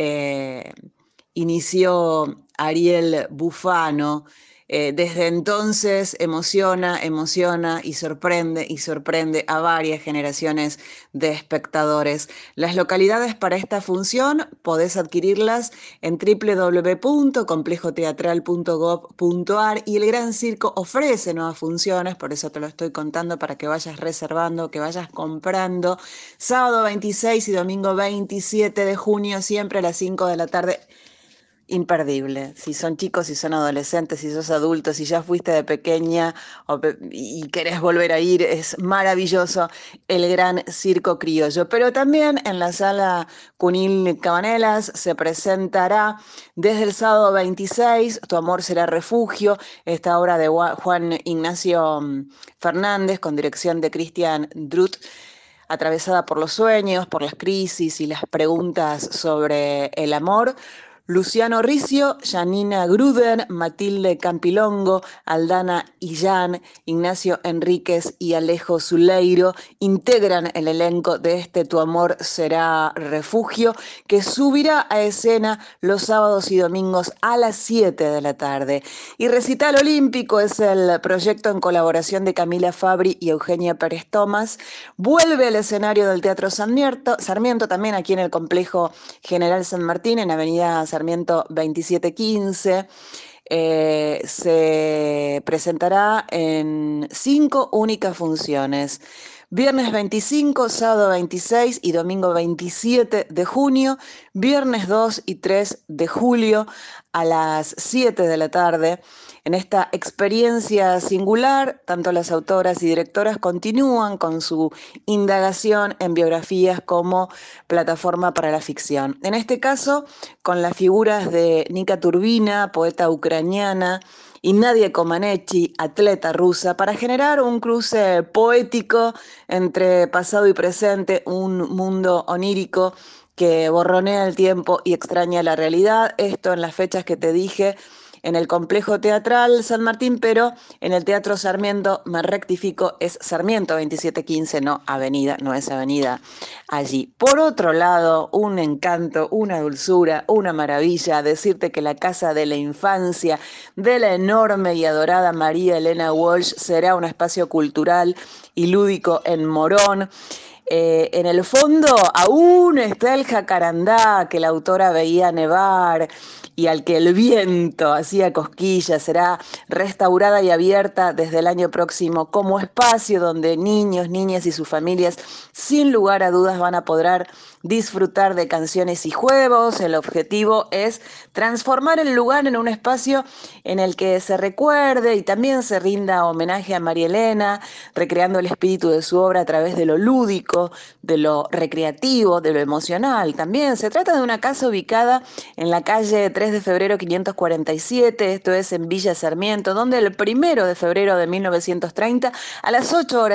inició Ariel Bufano. Desde entonces emociona y sorprende a varias generaciones de espectadores. Las localidades para esta función podés adquirirlas en www.complejoteatral.gov.ar y el Gran Circo ofrece nuevas funciones, por eso te lo estoy contando para que vayas reservando, que vayas comprando. Sábado 26 y domingo 27 de junio, siempre a las 5 de la tarde. Imperdible. Si son chicos, si son adolescentes, si sos adulto, si ya fuiste de pequeña y querés volver a ir, es maravilloso el Gran Circo Criollo. Pero también en la Sala Cunil Cabanelas se presentará desde el sábado 26, Tu amor será refugio, esta obra de Juan Ignacio Fernández con dirección de Cristian Drut, atravesada por los sueños, por las crisis y las preguntas sobre el amor. Luciano Riccio, Janina Gruden, Matilde Campilongo, Aldana Illán, Ignacio Enríquez y Alejo Zuleiro integran el elenco de este Tu amor será refugio, que subirá a escena los sábados y domingos a las 7 de la tarde. Y Recital Olímpico es el proyecto en colaboración de Camila Fabri y Eugenia Pérez Tomás. Vuelve al escenario del Teatro Sarmiento, también aquí en el Complejo General San Martín, en Avenida Sarmiento 2715. Se presentará en 5 únicas funciones. Viernes 25, sábado 26 y domingo 27 de junio, viernes 2 y 3 de julio a las 7 de la tarde. En esta experiencia singular, tanto las autoras y directoras continúan con su indagación en biografías como plataforma para la ficción. En este caso, con las figuras de Nika Turbina, poeta ucraniana, y Nadia Comaneci, atleta rusa, para generar un cruce poético entre pasado y presente, un mundo onírico que borronea el tiempo y extraña la realidad. Esto en las fechas que te dije, en el Complejo Teatral San Martín, pero en el Teatro Sarmiento, me rectifico, es Sarmiento 2715, no avenida, no es avenida allí. Por otro lado, un encanto, una dulzura, una maravilla, decirte que la Casa de la Infancia de la enorme y adorada María Elena Walsh será un espacio cultural y lúdico en Morón. En el fondo aún está el jacarandá que la autora veía nevar y al que el viento hacía cosquillas, será restaurada y abierta desde el año próximo como espacio donde niños, niñas y sus familias sin lugar a dudas van a poder disfrutar de canciones y juegos. El objetivo es transformar el lugar en un espacio en el que se recuerde y también se rinda homenaje a María Elena, recreando el espíritu de su obra a través de lo lúdico, de lo recreativo, de lo emocional. También se trata de una casa ubicada en la calle 3 de febrero 547, esto es en Villa Sarmiento, donde el 1 de febrero de 1930, a las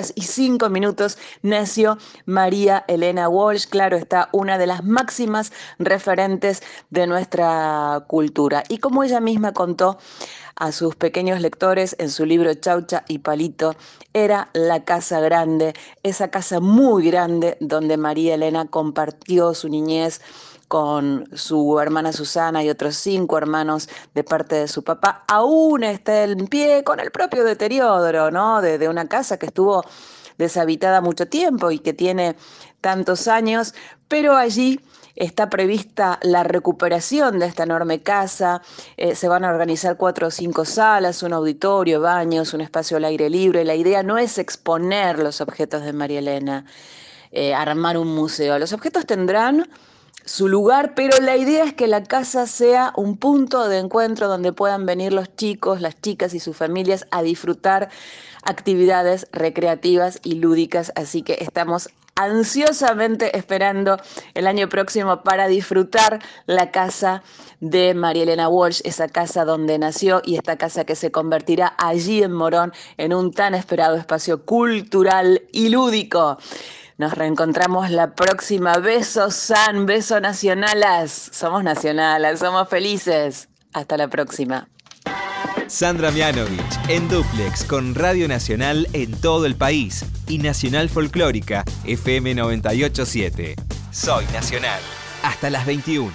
8:05, nació María Elena Walsh. Claro está, una de las máximas referentes de nuestra cultura. Y como ella misma contó a sus pequeños lectores en su libro Chaucha y Palito, era la casa grande, esa casa muy grande donde María Elena compartió su niñez con su hermana Susana y otros 5 hermanos de parte de su papá. Aún está en pie con el propio deterioro, ¿no? de una casa que estuvo deshabitada mucho tiempo y que tiene tantos años, pero allí está prevista la recuperación de esta enorme casa. Se van a organizar 4 o 5 salas, un auditorio, baños, un espacio al aire libre. La idea no es exponer los objetos de María Elena, armar un museo. Los objetos tendrán su lugar, pero la idea es que la casa sea un punto de encuentro donde puedan venir los chicos, las chicas y sus familias a disfrutar actividades recreativas y lúdicas. Así que estamos ansiosamente esperando el año próximo para disfrutar la casa de María Elena Walsh, esa casa donde nació y esta casa que se convertirá allí en Morón en un tan esperado espacio cultural y lúdico. Nos reencontramos la próxima. Besos, San, besos nacionalas. Somos nacionalas, somos felices. Hasta la próxima. Sandra Mianovich en Duplex con Radio Nacional en todo el país y Nacional Folclórica FM 98.7. Soy Nacional. Hasta las 21.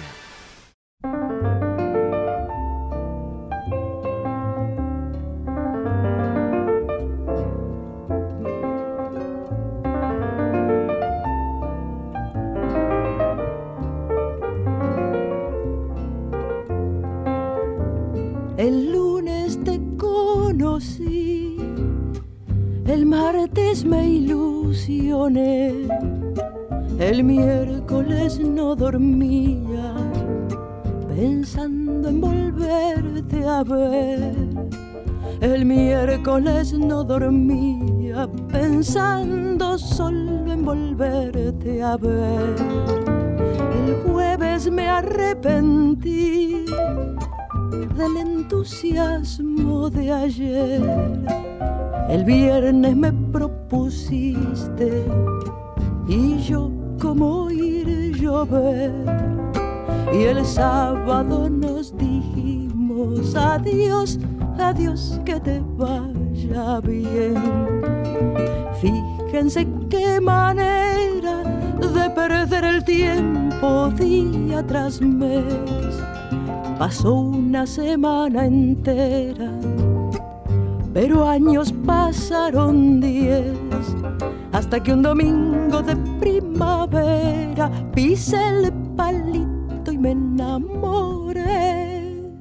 El lunes te conocí, el martes me ilusioné, el miércoles no dormía, pensando en volverte a ver. El miércoles no dormía, pensando solo en volverte a ver. El jueves me arrepentí del entusiasmo de ayer. El viernes me propusiste y yo como ir llover. Y el sábado nos dijimos adiós, adiós, que te vaya bien. Fíjense qué manera de perder el tiempo día tras mes. Pasó una semana entera, pero años pasaron 10, hasta que un domingo de primavera pisé el palito y me enamoré.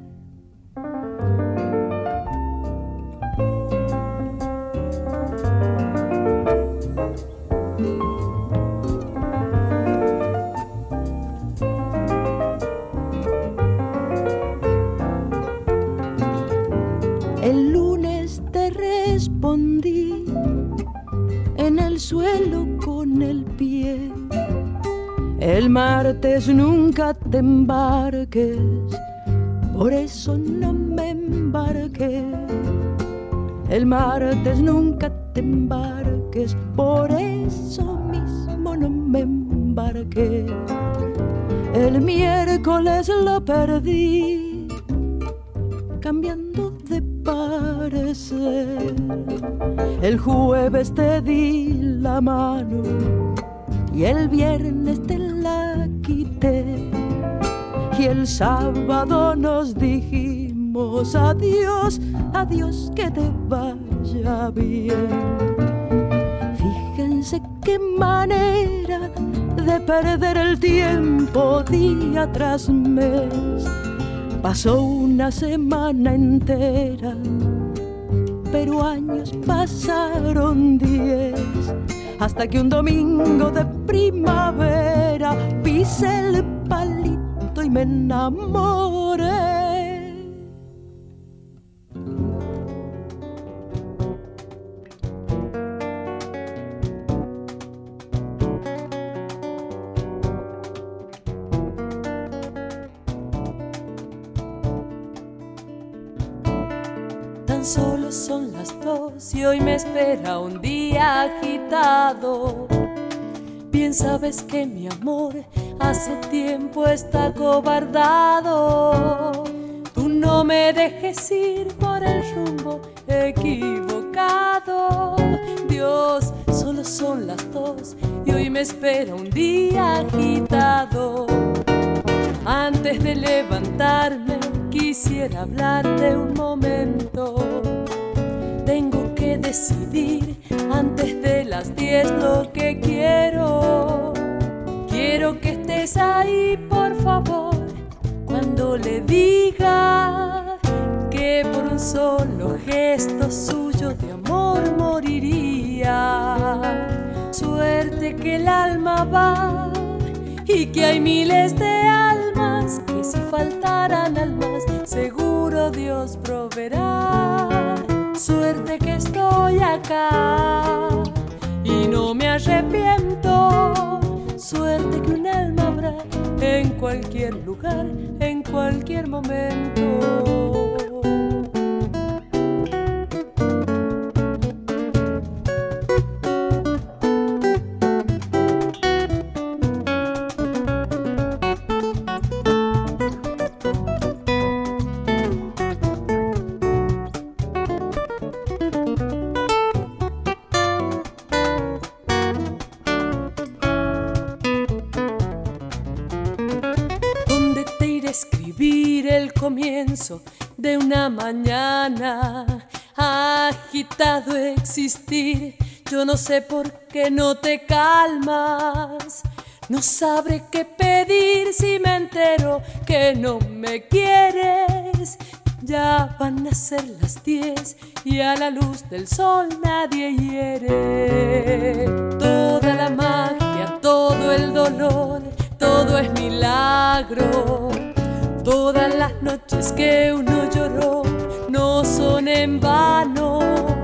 El lunes te respondí en el suelo con el pie. El martes nunca te embarques, por eso no me embarqué. El martes nunca te embarques, por eso mismo no me embarqué. El miércoles lo perdí, cambiando de parecer. El jueves te di la mano y el viernes te la quité. Y el sábado nos dijimos adiós, adiós, que te vaya bien. Fíjense qué manera de perder el tiempo día tras mes. Pasó una semana entera, pero años pasaron 10, hasta que un domingo de primavera pisé el palito y me enamoré. Tan solo son las 2 y hoy me espera un día agitado. Bien sabes que mi amor hace tiempo está acobardado. Tú no me dejes ir por el rumbo equivocado. Dios, solo son las 2 y hoy me espera un día agitado. Antes de levantarme quisiera hablarte un momento. Tengo que decidir antes de las 10 lo que quiero. Quiero que estés ahí, por favor, cuando le diga que por un solo gesto suyo de amor moriría. Suerte que el alma va y que hay miles de almas que si faltaran almas seguro Dios proveerá. Suerte que estoy acá y no me arrepiento. Suerte que un alma habrá en cualquier lugar, en cualquier momento. Comienzo de una mañana, agitado existir. Yo no sé por qué no te calmas. No sabré qué pedir si me entero que no me quieres. Ya van a ser las 10 y a la luz del sol nadie hiere. Toda la magia, todo el dolor, todo es milagro. Todas las noches que uno lloró no son en vano.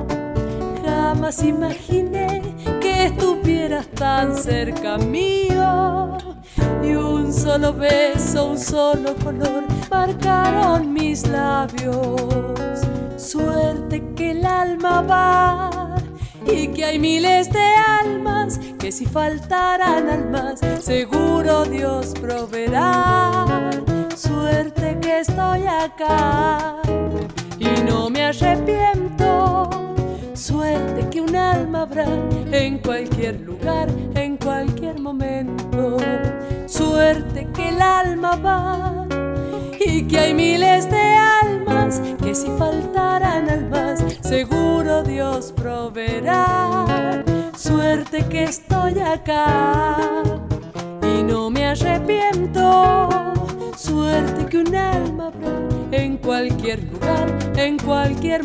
Jamás imaginé que estuvieras tan cerca mío. Y un solo beso, un solo color marcaron mis labios. Suerte que el alma va y que hay miles de almas que si faltaran almas seguro Dios proveerá. Suerte que estoy acá y no me arrepiento. Suerte que un alma habrá en cualquier lugar, en cualquier momento. Suerte que el alma va y que hay miles de almas que si faltaran almas seguro Dios proveerá. Suerte que estoy acá y no me arrepiento. Suerte que un alma habrá en cualquier lugar, en cualquier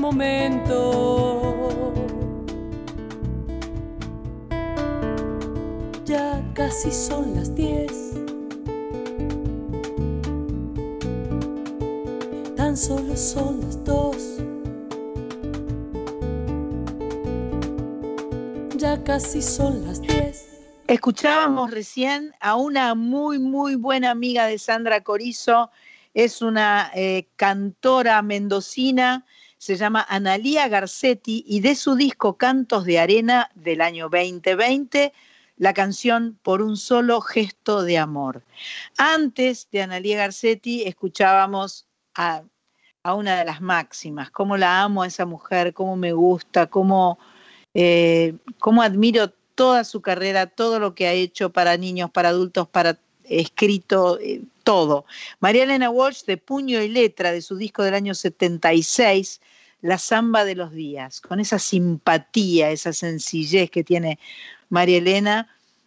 momento. Ya casi son las 10. Tan solo son las 2. Ya casi son las 10. Escuchábamos recién a una muy buena amiga de Sandra Corizo, es una cantora mendocina, se llama Analía Garcetti y de su disco Cantos de Arena del año 2020, la canción Por un solo gesto de amor. Antes de Analía Garcetti escuchábamos a una de las máximas, cómo la amo a esa mujer, cómo me gusta, cómo admiro toda su carrera, todo lo que ha hecho para niños, para adultos, para escrito, todo. María Elena Walsh, de puño y letra, de su disco del año 76, La Zamba de los Días, con esa simpatía, esa sencillez que tiene María Elena,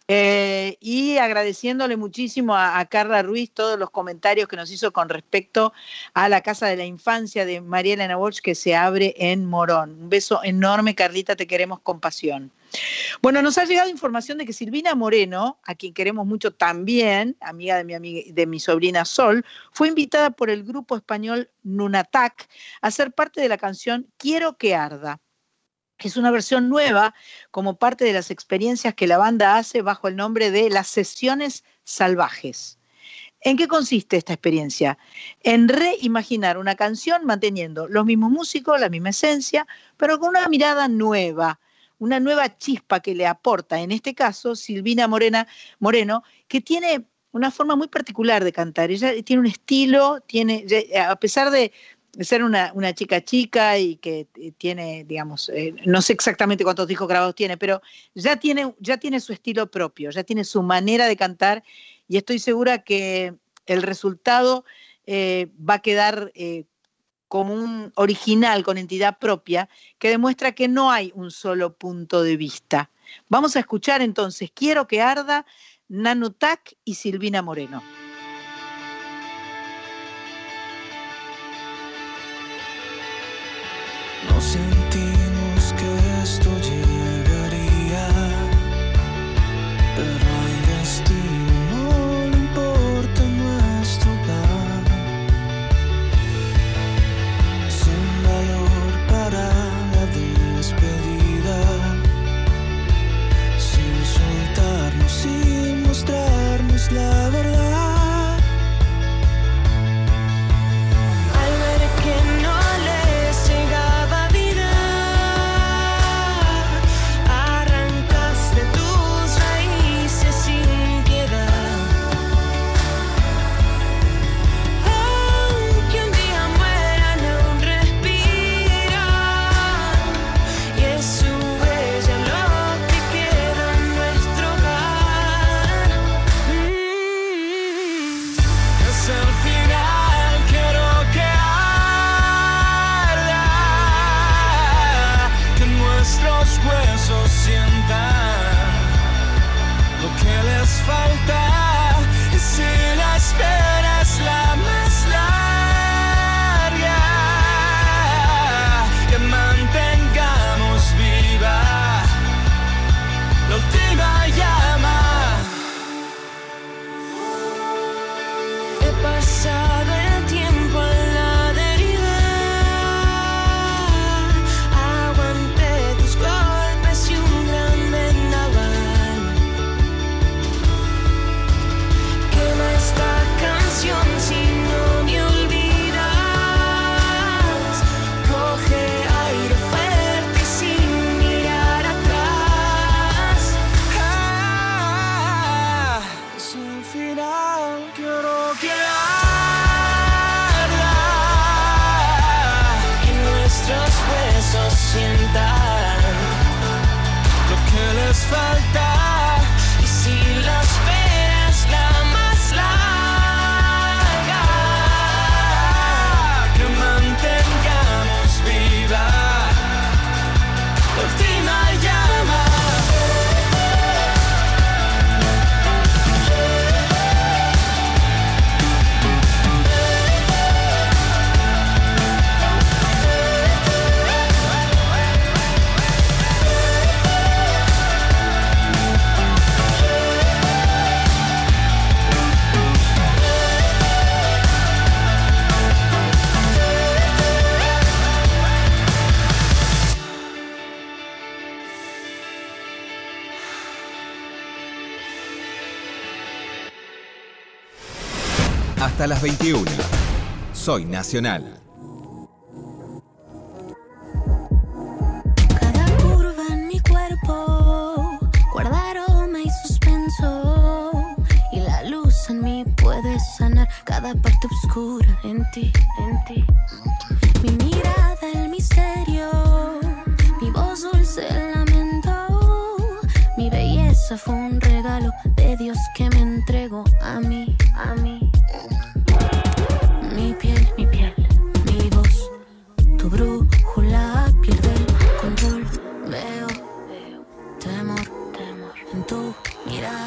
Y agradeciéndole muchísimo a Carla Ruiz todos los comentarios que nos hizo con respecto a la Casa de la Infancia de María Elena Walsh que se abre en Morón. Un beso enorme, Carlita, te queremos con pasión. Bueno, nos ha llegado información de que Silvina Moreno, a quien queremos mucho también, amiga de mi sobrina Sol, fue invitada por el grupo español Nunatak a ser parte de la canción Quiero que arda. Es una versión nueva como parte de las experiencias que la banda hace bajo el nombre de Las Sesiones Salvajes. ¿En qué consiste esta experiencia? En reimaginar una canción manteniendo los mismos músicos, la misma esencia, pero con una mirada nueva, una nueva chispa que le aporta, en este caso, Silvina Moreno, que tiene una forma muy particular de cantar. Ella tiene un estilo, a pesar de ser una chica y que tiene, digamos, no sé exactamente cuántos discos grabados tiene, pero ya tiene su estilo propio, ya tiene su manera de cantar y estoy segura que el resultado va a quedar como un original con entidad propia que demuestra que no hay un solo punto de vista. Vamos a escuchar entonces Quiero que arda, Nunatak y Silvina Moreno. No sentimos que esto llegaría, pero al destino no le importa nuestro plan. Sin valor para la despedida, sin soltarnos, sin mostrarnos la verdad. Al ver que no les llegaba vida, arrancaste tus raíces sin piedad. Aunque un día mueran, aún respiran, y es su huella lo que queda en nuestro hogar. Es el final, quiero que arda, que nuestros huesos sientan lo que les falta. Y si la espera es la más larga, que mantengamos viva la última llama. He pasado el tiempo en la deriva, aguanté tus golpes y un gran vendaval. Quema esta canción si no me olvidas. Coge aire fuerte y sin mirar atrás. Es el final, quiero que arda, que nuestros huesos sientan lo que les falta. Y si la espera es la más larga, que mantengamos viva la última llama. Hasta las 21. Soy Nacional. Cada curva en mi cuerpo guarda aroma y suspenso, y la luz en mí puede sanar cada parte oscura en ti, en ti. Mi mirada el misterio, mi voz dulce el lamento, mi belleza fue un regalo de Dios que me entregó a mí, a mí. Mi piel, mi voz, tu brújula pierde el control. Veo temor en tu mirada.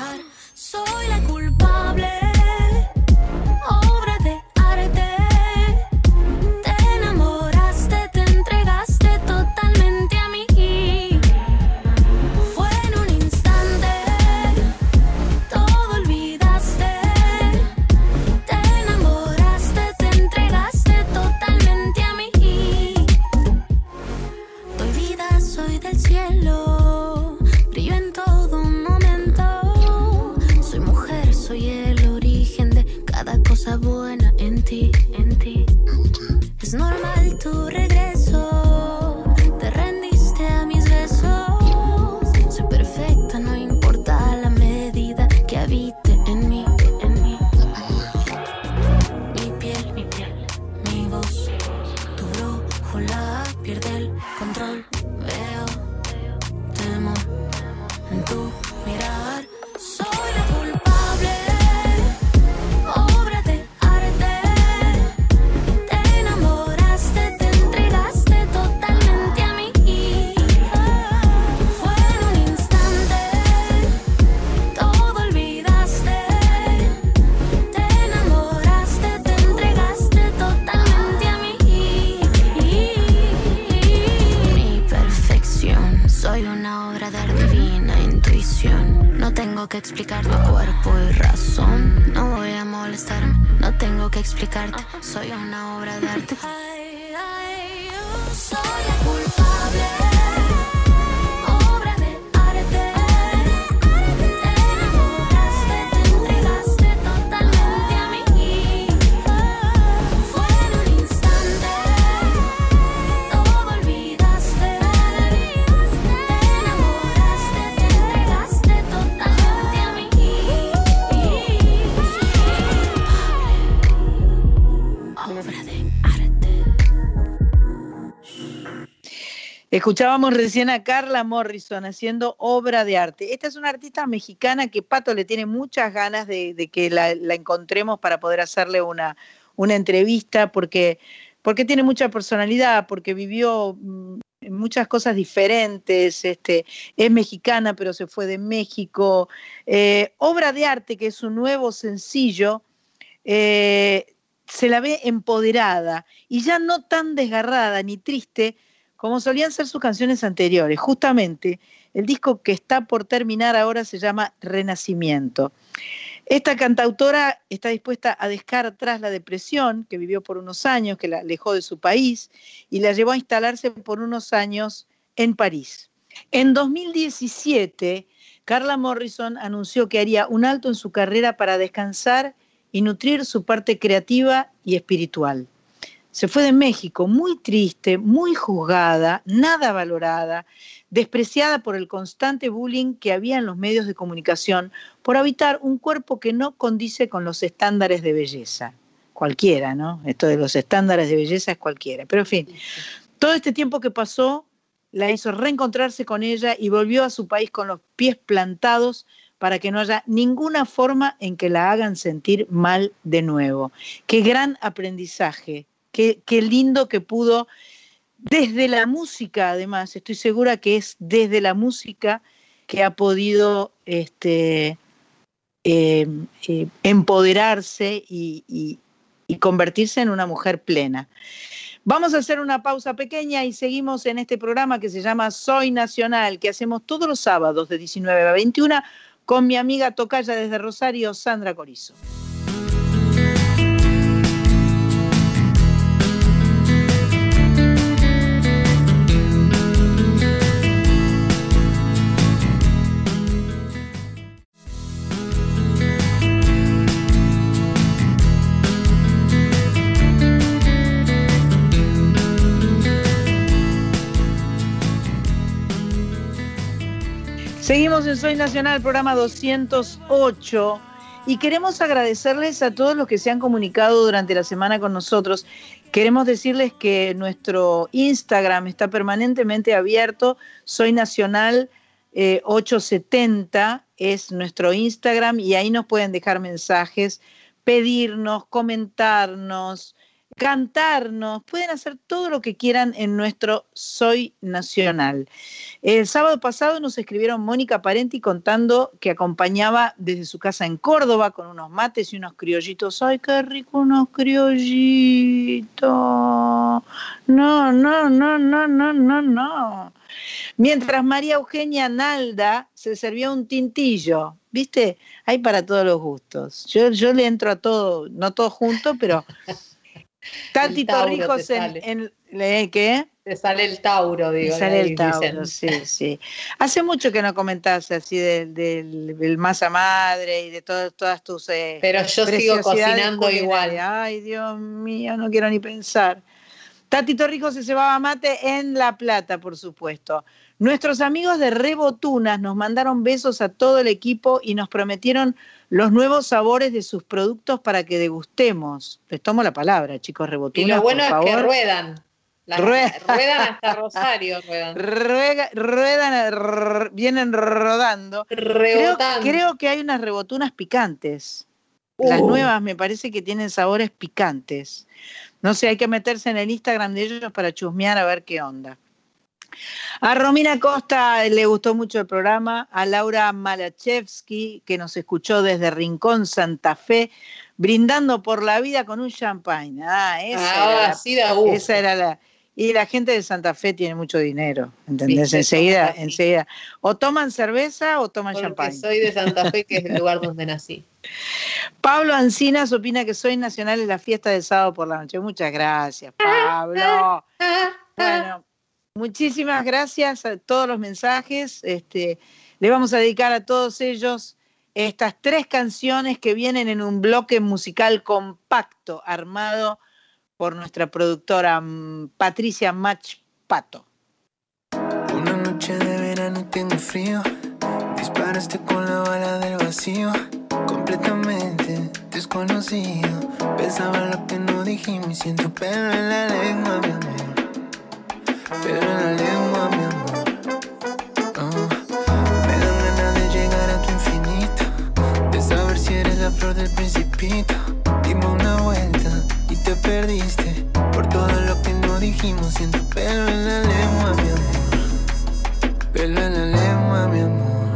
cielo, brillo en todo momento. Soy mujer, soy el origen de cada cosa buena en ti, en ti. Es normal tu regreso, te rendiste a mis besos. Soy perfecta, no importa la medida que habite en mí, en mí. Mi piel, mi voz, tu brújula pierde el control. Veo temor en tu mirar. Soy la culpable, obra de arte. Te enamoraste, te entregaste totalmente a mí. Fue en un instante, todo olvidaste. Te enamoraste, te entregaste totalmente a mí. Mi perfección, soy una obra de divina intuición. No tengo que explicarte cuerpo y razón. No voy a molestarme, no tengo que explicarte. Soy una obra de arte. Yo soy la culpable, obra de arte. Te enamoraste, te entregaste totalmente a mí. Fue en un instante, todo olvidaste. Te enamoraste, te entregaste totalmente a mí. Obra de arte. Escuchábamos recién a Carla Morrison haciendo Obra de Arte. Esta es una artista mexicana que Pato le tiene muchas ganas de que la encontremos para poder hacerle una entrevista, porque tiene mucha personalidad, porque vivió muchas cosas diferentes, es mexicana pero se fue de México. Obra de Arte, que es su nuevo sencillo, se la ve empoderada y ya no tan desgarrada ni triste como solían ser sus canciones anteriores. Justamente, el disco que está por terminar ahora se llama Renacimiento. Esta cantautora está dispuesta a dejar atrás la depresión que vivió por unos años, que la alejó de su país y la llevó a instalarse por unos años en París. En 2017, Carla Morrison anunció que haría un alto en su carrera para descansar y nutrir su parte creativa y espiritual. Se fue de México muy triste, muy juzgada, nada valorada, despreciada por el constante bullying que había en los medios de comunicación por habitar un cuerpo que no condice con los estándares de belleza. Cualquiera, ¿no? Esto de los estándares de belleza es cualquiera. Pero en fin, todo este tiempo que pasó la hizo reencontrarse con ella y volvió a su país con los pies plantados para que no haya ninguna forma en que la hagan sentir mal de nuevo. Qué gran aprendizaje. Qué lindo que pudo, desde la música además, estoy segura que es desde la música que ha podido empoderarse y convertirse en una mujer plena. Vamos a hacer una pausa pequeña y seguimos en este programa que se llama Soy Nacional, que hacemos todos los sábados de 19 a 21 con mi amiga tocaya desde Rosario, Sandra Corizo. Seguimos en Soy Nacional, programa 208, y queremos agradecerles a todos los que se han comunicado durante la semana con nosotros. Queremos decirles que nuestro Instagram está permanentemente abierto, Soy Nacional 870 es nuestro Instagram, y ahí nos pueden dejar mensajes, pedirnos, comentarnos, cantarnos, pueden hacer todo lo que quieran en nuestro Soy Nacional. El sábado pasado nos escribieron Mónica Parenti contando que acompañaba desde su casa en Córdoba con unos mates y unos criollitos. ¡Ay, qué rico unos criollitos! No. Mientras María Eugenia Nalda se servía un tintillo, ¿viste? Hay para todos los gustos. Yo le entro a todo, no todo junto, pero Tati El Tauro Torrijos te sale. ¿qué? Te sale el Tauro, digo. Me sale ahí el Tauro, dicen. sí. Hace mucho que no comentás así del masa madre y de todas tus Pero yo sigo preciosidades cocinando culinarias. igual. Ay, Dios mío, no quiero ni pensar. Tati Torrijos se cebaba mate en La Plata, por supuesto. Nuestros amigos de Rebotunas nos mandaron besos a todo el equipo y nos prometieron los nuevos sabores de sus productos para que degustemos. Les tomo la palabra, chicos, Rebotunas, Y lo bueno por es que favor. ruedan. Ruedan hasta Rosario. Vienen rodando. Creo que hay unas rebotunas picantes. Las nuevas me parece que tienen sabores picantes. No sé, hay que meterse en el Instagram de ellos para chusmear a ver qué onda. A Romina Costa le gustó mucho el programa, a Laura Malachevsky, que nos escuchó desde Rincón, Santa Fe, brindando por la vida con un champagne. Sí da gusto. Esa era la... Y la gente de Santa Fe tiene mucho dinero, ¿entendés? Viste, Enseguida. O toman cerveza o toman champagne. Porque soy de Santa Fe, que es el lugar donde nací. Pablo Ancinas opina que Soy Nacional es la fiesta del sábado por la noche. Muchas gracias, Pablo. Bueno, muchísimas gracias a todos los mensajes. Le vamos a dedicar a todos ellos estas 3 canciones que vienen en un bloque musical compacto armado por nuestra productora Patricia Mach Pato. Una noche de verano tengo frío, disparaste con la bala del vacío, completamente desconocido. Pensaba lo que no dijimos y siento pelo en la lengua, mi amor. Pelo en la lengua, mi amor. Me dan ganas de llegar a tu infinito, de saber si eres la flor del principito. Dime una vuelta y te perdiste por todo lo que no dijimos. Siento pelo en la lengua, mi amor. Pelo en la lengua, mi amor.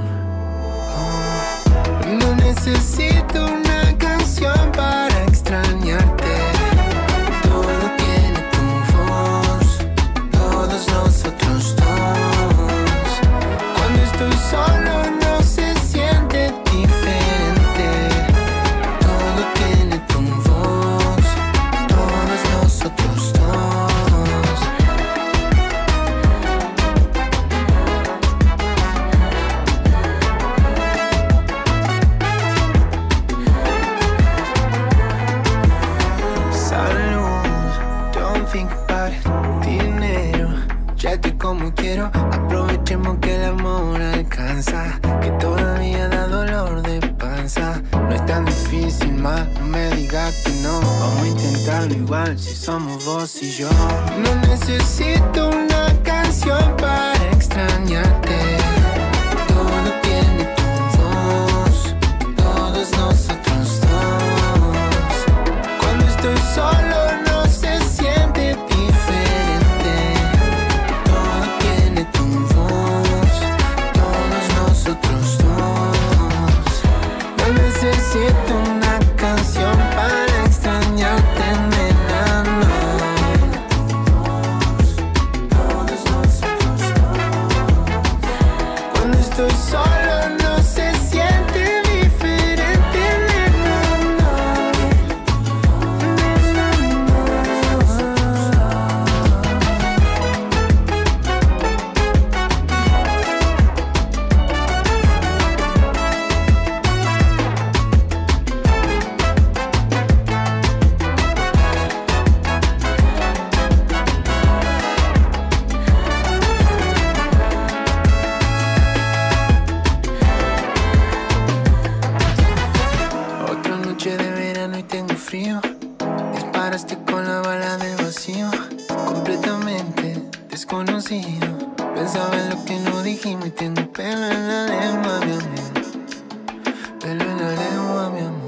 No necesito una canción para extrañarte. Todo tiene tu voz, todos nosotros dos. Cuando estoy solo no se siente diferente. Todo tiene tu voz, todos nosotros dos. Como quiero, aprovechemos que el amor alcanza, que todavía da dolor de panza. No es tan difícil, más no me digas que no. Vamos a intentarlo igual si somos vos y yo. No necesito una canción para extrañarte. Todo tiene tu voz, todos nosotros dos. Cuando estoy solo no se siente diferente. Nosotros dos. No necesito una canción para extrañarte, nena, todos nosotros dos. Cuando estoy solo no se siente diferente, pensaba en lo que no dijimos y tengo pelo en la lengua, mi amor. Pelo en la lengua, mi amor.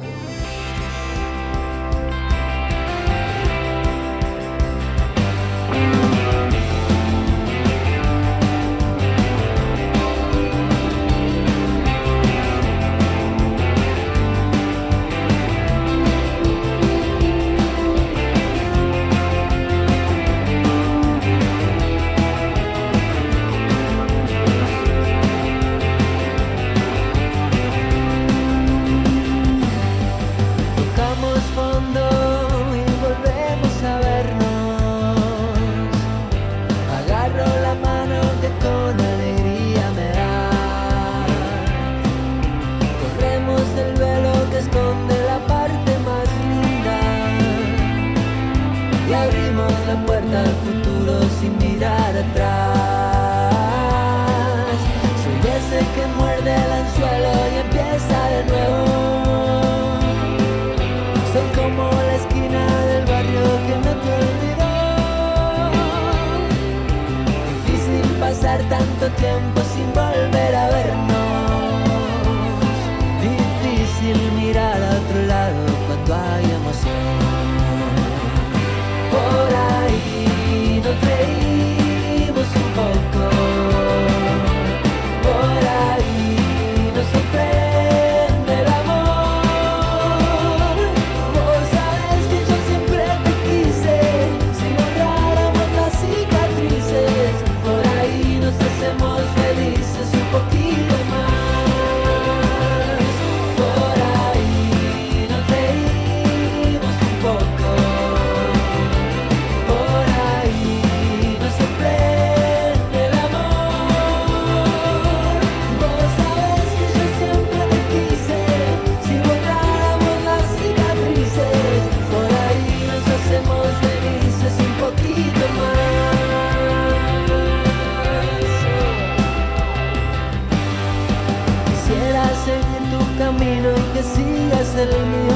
tanto tiempo sin volver a vernos. Difícil mirar a otro lado cuando hay emoción. Por ahí nos reímos un poco. Por ahí nos sorprende el amor. Vos sabés que yo siempre te quise, si borráramos las cicatrices. Por ahí nos hacemos felices un poquito más. Por ahí nos reímos un poco. Por ahí nos sorprende el amor. Vos sabés que yo siempre te quise, si borráramos las cicatrices. Por ahí nos hacemos felices un poquito más. Quisiera seguir tu camino y que sigas el mío.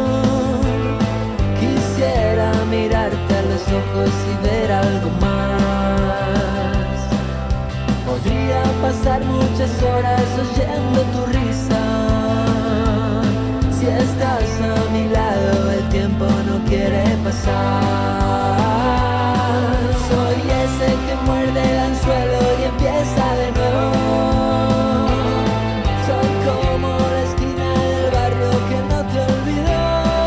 Quisiera mirarte a los ojos y ver algo más. Podría pasar muchas horas oyendo tu risa. Si estás a mi lado, el tiempo no quiere pasar. Soy ese que muerde el anzuelo y empieza de nuevo. Soy como la esquina del barrio que no te olvidó.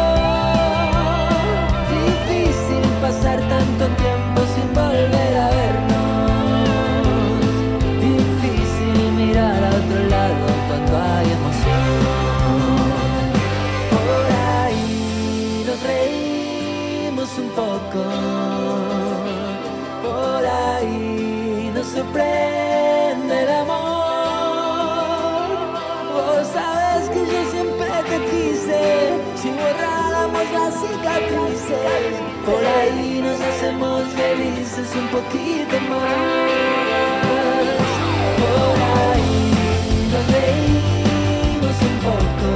Difícil pasar tanto tiempo sin volver a vernos. Difícil mirar a otro lado cuando hay emoción. Por ahí nos reímos un poco. Por ahí nos sorprende el amor. Vos sabés que yo siempre te quise, si borráramos las cicatrices. Por ahí nos hacemos felices un poquito más. Por ahí nos reímos un poco.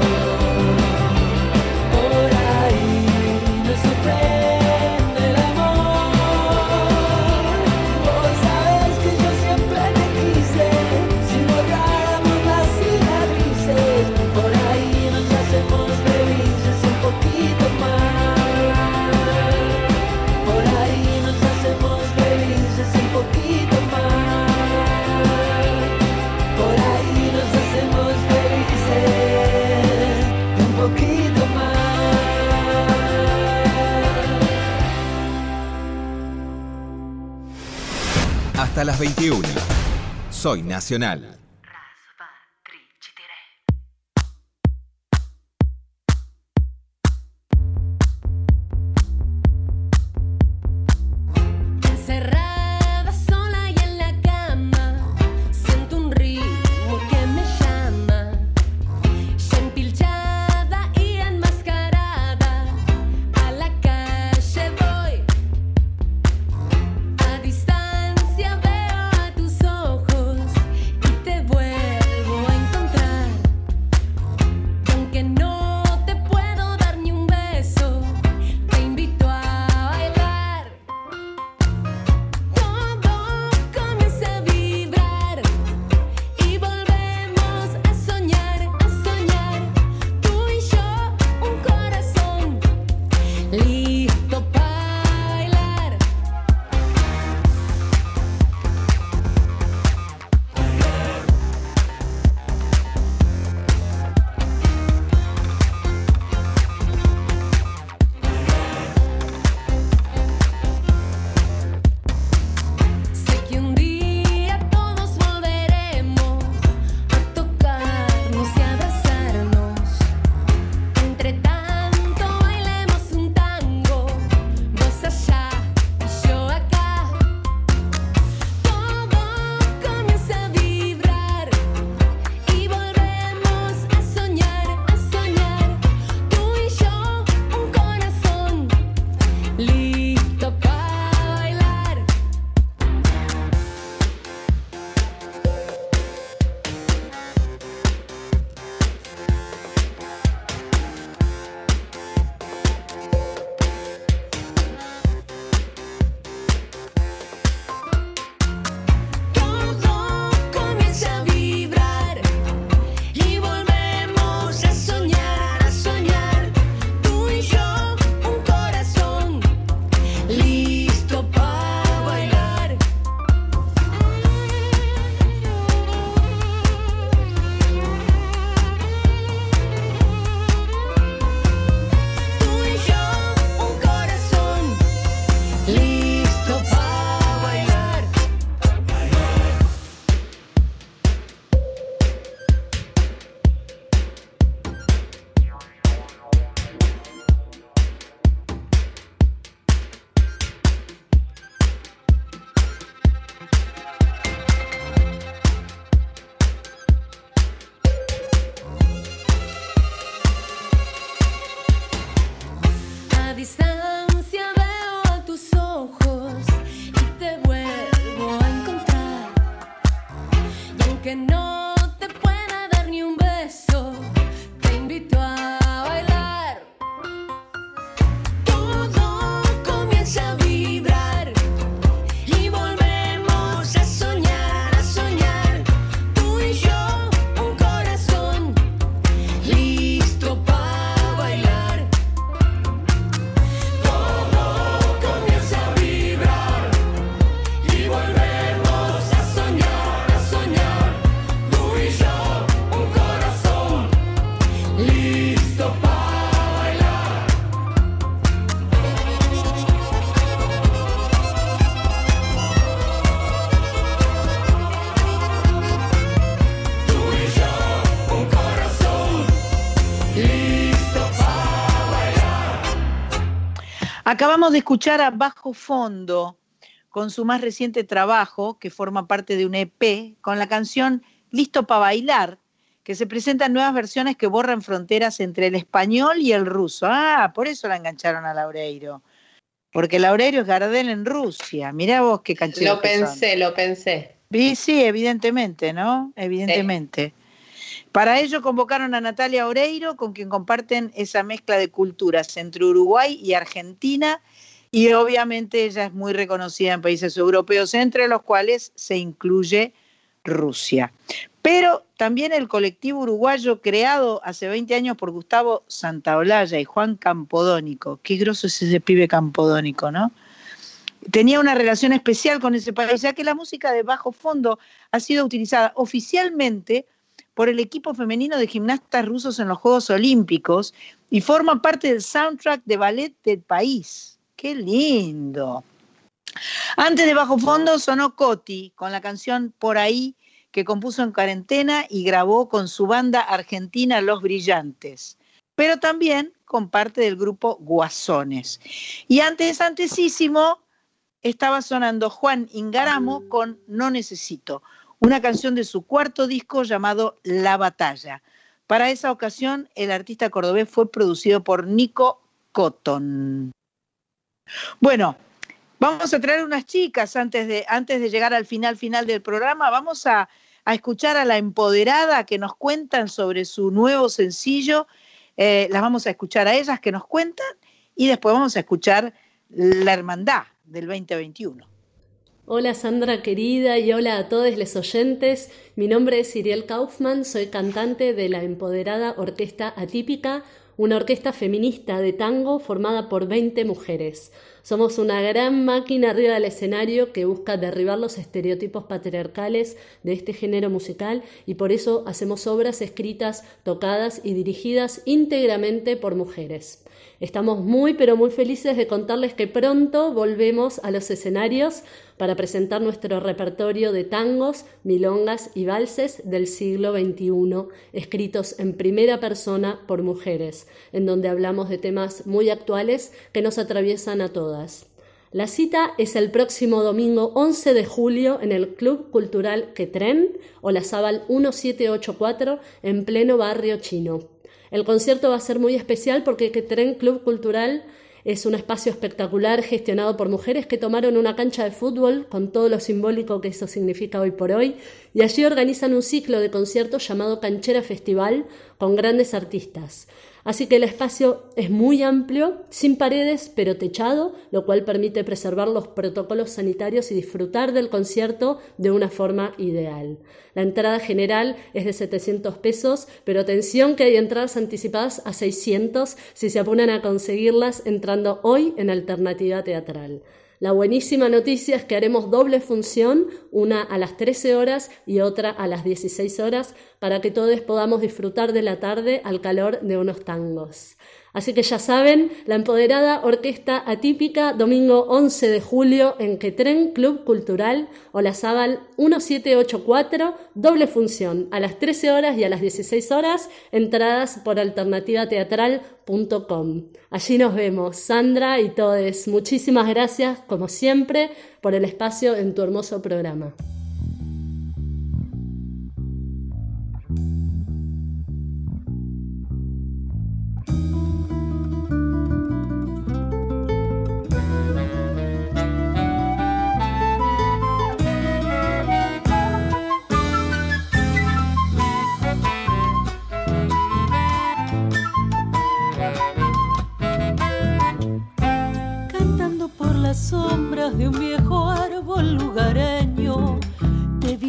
Por ahí nos sorprende el amor. Vos sabés que yo siempre te quise, si borráramos las cicatrices. Por ahí nos hacemos felices un poquito más. Por ahí nos hacemos felices un poquito más. Por ahí nos hacemos felices un poquito más. Hasta las 21. Soy Nacional. Encerrada sola y en la cama, siento un ritmo que me llama. Ya empilchada y enmascarada, a la calle voy. A distancia veo a tus ojos y te que no te pueda dar ni un beso, te invito a bailar. Todo comienza a vibrar y volvemos a soñar, tú y yo, un corazón listo para bailar. Todo comienza a vibrar y volvemos a soñar, tú y yo, un corazón listo para bailar. Tú y yo, un corazón listo para bailar. Acabamos de escuchar a Bajo Fondo con su más reciente trabajo, que forma parte de un EP, con la canción Listo para Bailar, que se presentan nuevas versiones que borran fronteras entre el español y el ruso. Ah, por eso la engancharon a Laureiro. Porque Laureiro es Gardel en Rusia. Mirá vos qué cancheros Lo que son. pensé. Y sí, evidentemente, ¿no? Evidentemente. Para ello convocaron a Natalia Oreiro, con quien comparten esa mezcla de culturas entre Uruguay y Argentina, y obviamente ella es muy reconocida en países europeos, entre los cuales se incluye Rusia. Pero también el colectivo uruguayo creado hace 20 años por Gustavo Santaolalla y Juan Campodónico, qué groso es ese pibe Campodónico, ¿no? Tenía una relación especial con ese país, ya que la música de Bajo Fondo ha sido utilizada oficialmente por el equipo femenino de gimnastas rusos en los Juegos Olímpicos y forma parte del soundtrack de ballet del país. ¡Qué lindo! Antes de Bajo Fondo sonó Coti con la canción Por Ahí, que compuso en cuarentena y grabó con su banda argentina Los Brillantes, pero también con parte del grupo Guasones. Y antesísimo estaba sonando Juan Ingaramo con No Necesito, una canción de su cuarto disco llamado La Batalla. Para esa ocasión, el artista cordobés fue producido por Nico Cotton. Bueno, vamos a traer unas chicas antes de llegar al final del programa. Vamos a escuchar a La Empoderada, que nos cuentan sobre su nuevo sencillo. Las vamos a escuchar a ellas que nos cuentan y después vamos a escuchar La Hermandad del 2021. Hola Sandra querida y hola a todos los oyentes. Mi nombre es Iriel Kaufman, soy cantante de La Empoderada Orquesta Atípica, una orquesta feminista de tango formada por 20 mujeres. Somos una gran máquina arriba del escenario que busca derribar los estereotipos patriarcales de este género musical y por eso hacemos obras escritas, tocadas y dirigidas íntegramente por mujeres. Estamos muy pero muy felices de contarles que pronto volvemos a los escenarios para presentar nuestro repertorio de tangos, milongas y valses del siglo XXI, escritos en primera persona por mujeres, en donde hablamos de temas muy actuales que nos atraviesan a todas. La cita es el próximo domingo 11 de julio en el Club Cultural Quetren, Olazábal 1784, en pleno barrio chino. El concierto va a ser muy especial porque Quetren Club Cultural es un espacio espectacular gestionado por mujeres que tomaron una cancha de fútbol con todo lo simbólico que eso significa hoy por hoy y allí organizan un ciclo de conciertos llamado Canchera Festival con grandes artistas. Así que el espacio es muy amplio, sin paredes, pero techado, lo cual permite preservar los protocolos sanitarios y disfrutar del concierto de una forma ideal. La entrada general es de 700 pesos, pero atención que hay entradas anticipadas a 600 si se apuran a conseguirlas entrando hoy en Alternativa Teatral. La buenísima noticia es que haremos doble función, una a las 13 horas y otra a las 16 horas, para que todos podamos disfrutar de la tarde al calor de unos tangos. Así que ya saben, La Empoderada Orquesta Atípica, domingo 11 de julio en Quetren Club Cultural, Olazábal 1784, doble función, a las 13 horas y a las 16 horas, entradas por alternativateatral.com. Allí nos vemos, Sandra y todes. Muchísimas gracias, como siempre, por el espacio en tu hermoso programa.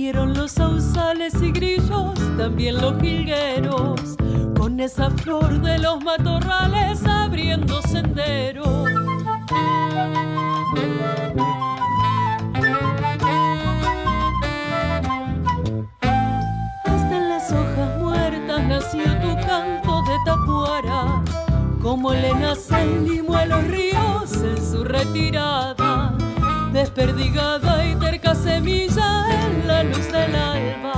Nacieron los sausales y grillos, también los jilgueros, con esa flor de los matorrales abriendo senderos. Hasta en las hojas muertas nació tu canto de tapuara, como le nace el limo a los ríos en su retirada, desperdigada y terca semilla en la luz del alba.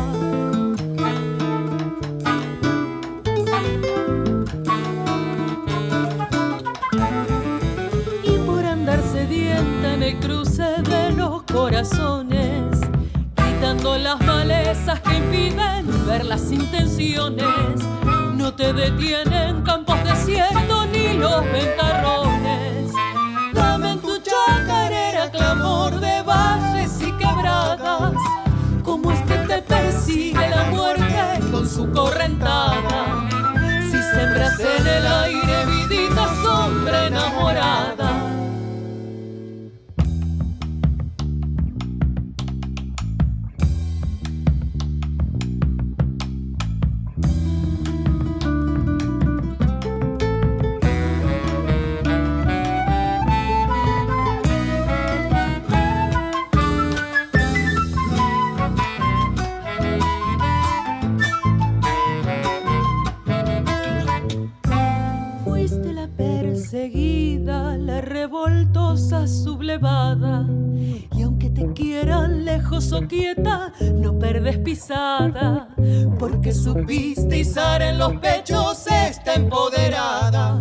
Y por andar sedienta en el cruce de los corazones, quitando las malezas que impiden ver las intenciones, no te detienen campos desiertos ni los ventarrones. Dame en tu chacarera clamor de valles y quebradas, como es que te persigue la muerte con su correntada. Si sembras en el aire vidita sombra enamorada. Seguida, la revoltosa sublevada, y aunque te quieran lejos o quieta, no perdes pisada, porque supiste izar en los pechos esta empoderada.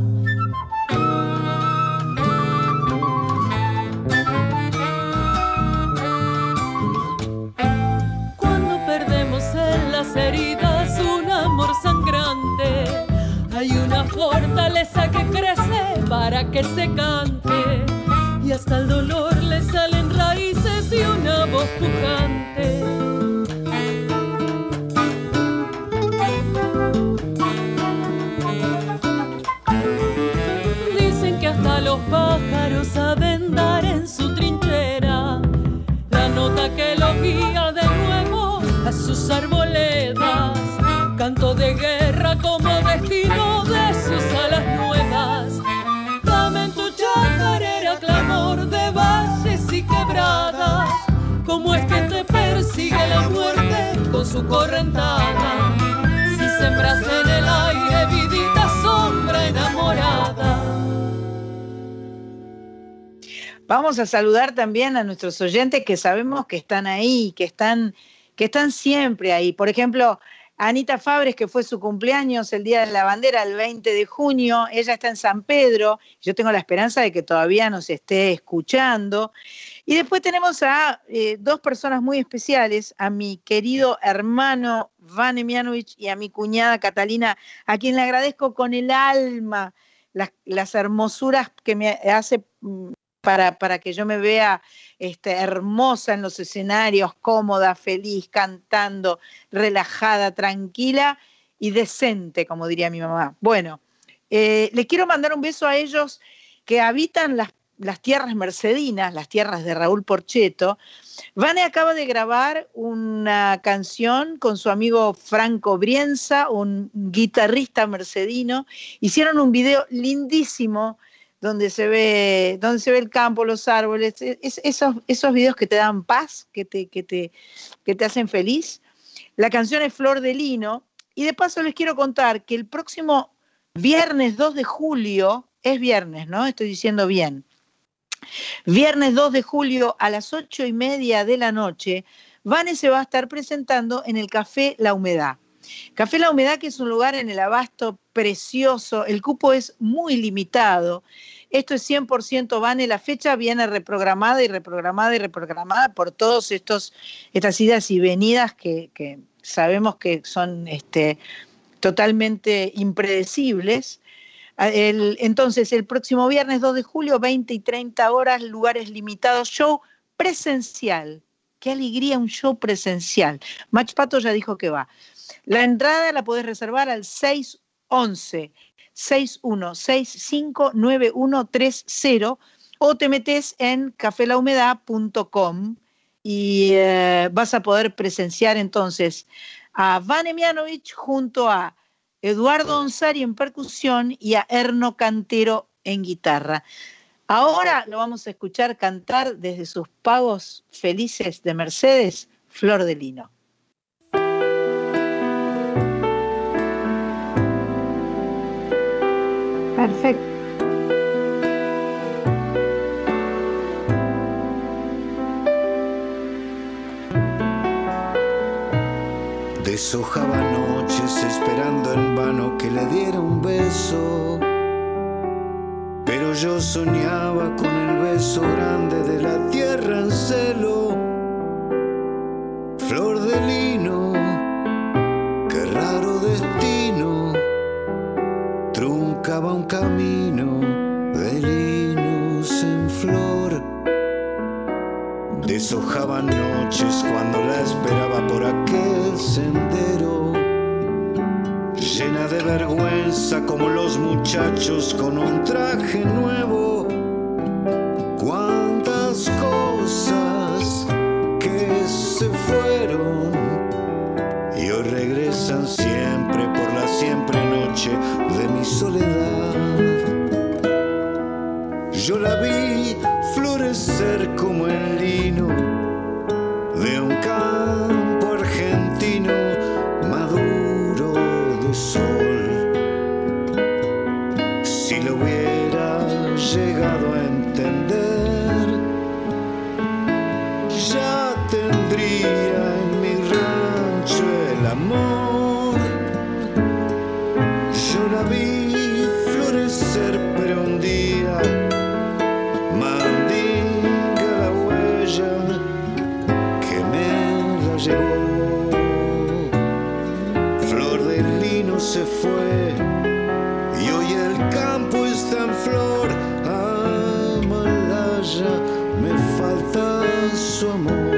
Cuando perdemos en las heridas un amor sangrante, hay una fortaleza que crece para que se cante, y hasta el dolor le salen raíces y una voz pujante. Dicen que hasta los pájaros saben dar en su trinchera la nota que los guía de nuevo a sus arboledas, canto de guerra como destino de sus alas nuevas. Dame en tu chacarera clamor de valles y quebradas, como es que te persigue la muerte con su correntada. Si sembras en el aire vidita sombra enamorada. Vamos a saludar también a nuestros oyentes que sabemos que están ahí, que están siempre ahí. Por ejemplo, Anita Fabres, que fue su cumpleaños el Día de la Bandera, el 20 de junio, ella está en San Pedro, yo tengo la esperanza de que todavía nos esté escuchando. Y después tenemos a dos personas muy especiales, a mi querido hermano Vane Mianovich y a mi cuñada Catalina, a quien le agradezco con el alma las hermosuras que me hace para que yo me vea hermosa en los escenarios, cómoda, feliz, cantando, relajada, tranquila y decente, como diría mi mamá. Bueno, les quiero mandar un beso a ellos que habitan las tierras mercedinas, las tierras de Raúl Porcheto. Vane acaba de grabar una canción con su amigo Franco Brienza, un guitarrista mercedino. Hicieron un video lindísimo donde se ve el campo, los árboles, esos videos que te dan paz, que te hacen feliz. La canción es Flor de Lino, y de paso les quiero contar que el próximo viernes 2 de julio, es viernes, ¿no? Estoy diciendo bien. Viernes 2 de julio a las 8:30 de la noche, Vane se va a estar presentando en el Café La Humedad. Café La Humedad, que es un lugar en el Abasto precioso, el cupo es muy limitado. Esto es 100% Vane, la fecha viene reprogramada y reprogramada y reprogramada por todas estas idas y venidas que sabemos que son totalmente impredecibles. Entonces, el próximo viernes 2 de julio, 20 y 30 horas, lugares limitados, show presencial. Qué alegría, un show presencial. Mach Pato ya dijo que va. La entrada la podés reservar al 611-6165-9130 o te metés en cafelahumedad.com y vas a poder presenciar entonces a Vane Mianovich junto a Eduardo Onsari en percusión y a Erno Cantero en guitarra. Ahora lo vamos a escuchar cantar desde sus pagos felices de Mercedes, Flor de Lino. Perfecto. Deshojaba noches esperando en vano que le diera un beso, pero yo soñaba con el beso grande de la tierra en celo. Flor de lino, qué raro destino, truncaba un camino de linos en flor. Deshojaba noches cuando la esperaba por aquel sendero, llena de vergüenza como los muchachos con un traje nuevo. Cuántas cosas que se fueron y hoy regresan siempre por la siempre noche de mi soledad. Yo la vi florecer como el lino de un campo argentino maduro de sol. Si lo hubiera llegado a entender, ya tendría en mi rancho el amor. Yo la vi florecer, pero un día mandinga la huella que me la llevó. Flor del lino se fue y hoy el campo está en flor. A Malaya me falta su amor.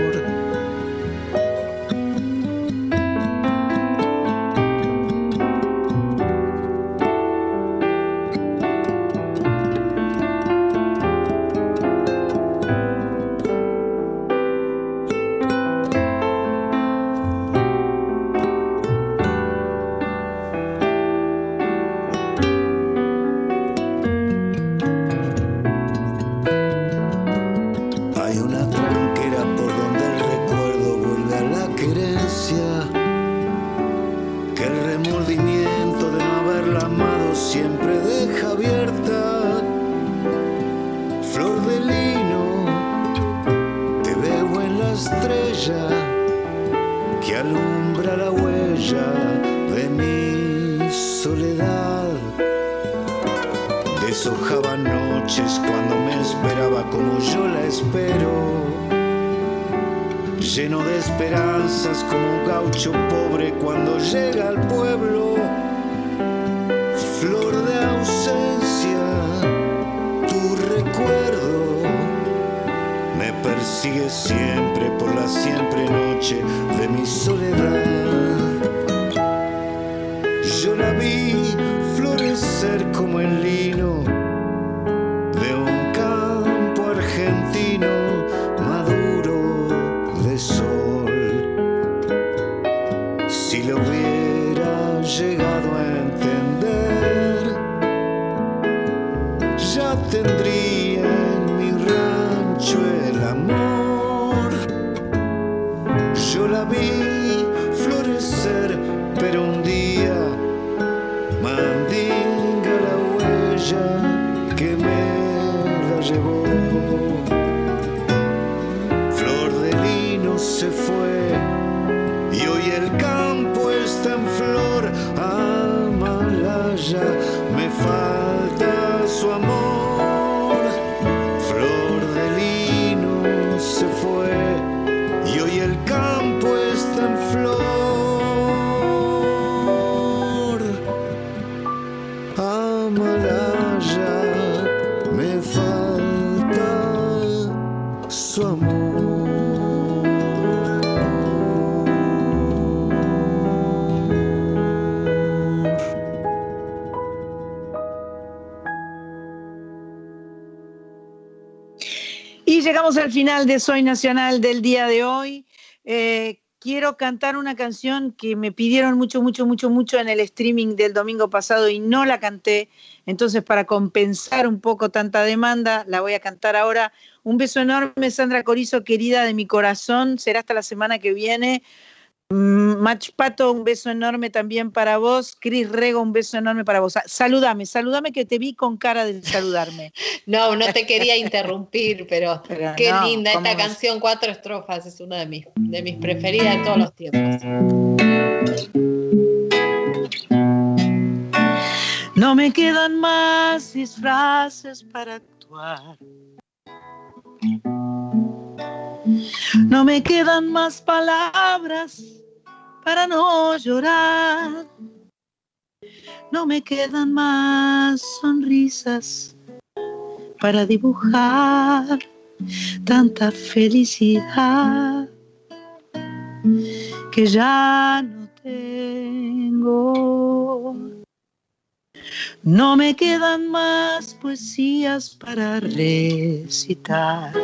Deshojaba noches cuando me esperaba como yo la espero, lleno de esperanzas como un gaucho pobre cuando llega al pueblo. Flor de ausencia, tu recuerdo me persigue siempre por la siempre noche de mi soledad. Yo la vi florecer como el lino de un campo argentino maduro de sol. Si lo hubiera llegado a entender, ya tendría en mi rancho el amor. Yo la vi florecer, pero un día mandinga la huella que me la llevó. Flor de lino se fue y hoy el campo está en flor. A Malaya me falta su amor. Flor de lino se fue y hoy el campo está en flor. A Malaya me falta su amor. llegamos al final de Soy Nacional del día de hoy. Quiero cantar una canción que me pidieron mucho en el streaming del domingo pasado y no la canté. Entonces, para compensar un poco tanta demanda, la voy a cantar ahora. Un beso enorme, Sandra Corizo, querida de mi corazón. Será hasta la semana que viene. Mach Pato, un beso enorme también para vos. Cris Rego, un beso enorme para vos. Saludame que te vi con cara de saludarme. No te quería interrumpir, pero qué no, linda esta canción, 4 estrofas, es una de mis preferidas de todos los tiempos. No me quedan más disfraces para actuar. No me quedan más palabras para no llorar. No me quedan más sonrisas para dibujar tanta felicidad que ya no tengo. No me quedan más poesías para recitar,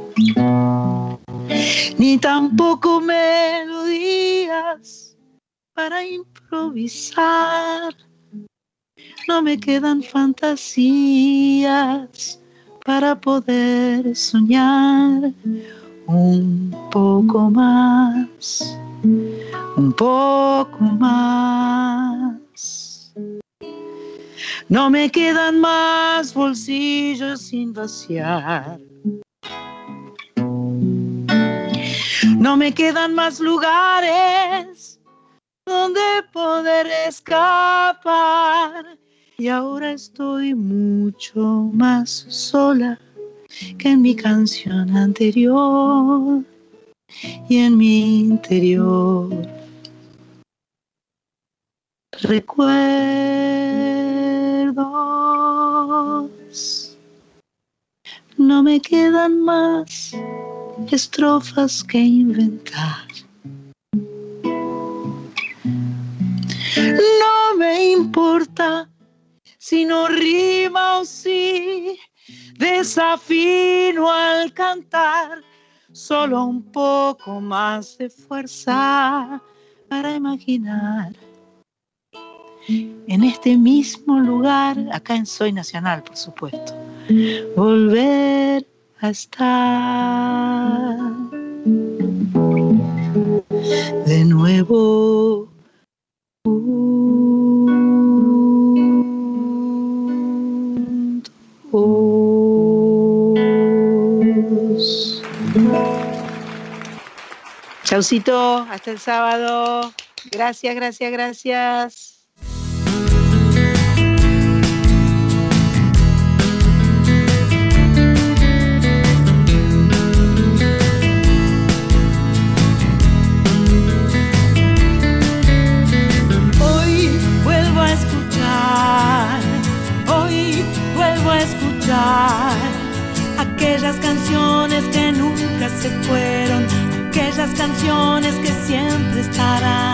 ni tampoco melodías para improvisar. No me quedan fantasías para poder soñar un poco más, un poco más. No me quedan más bolsillos sin vaciar. No me quedan más lugares donde poder escapar. Y ahora estoy mucho más sola que en mi canción anterior y en mi interior. Recuerdos, no me quedan más estrofas que inventar. No me importa si no rima o si desafino al cantar, solo un poco más de fuerza para imaginar en este mismo lugar, acá en Soy Nacional, por supuesto, volver a estar de nuevo. Chaucito, hasta el sábado. Gracias, gracias, gracias. Aquellas canciones que nunca se fueron, aquellas canciones que siempre estarán.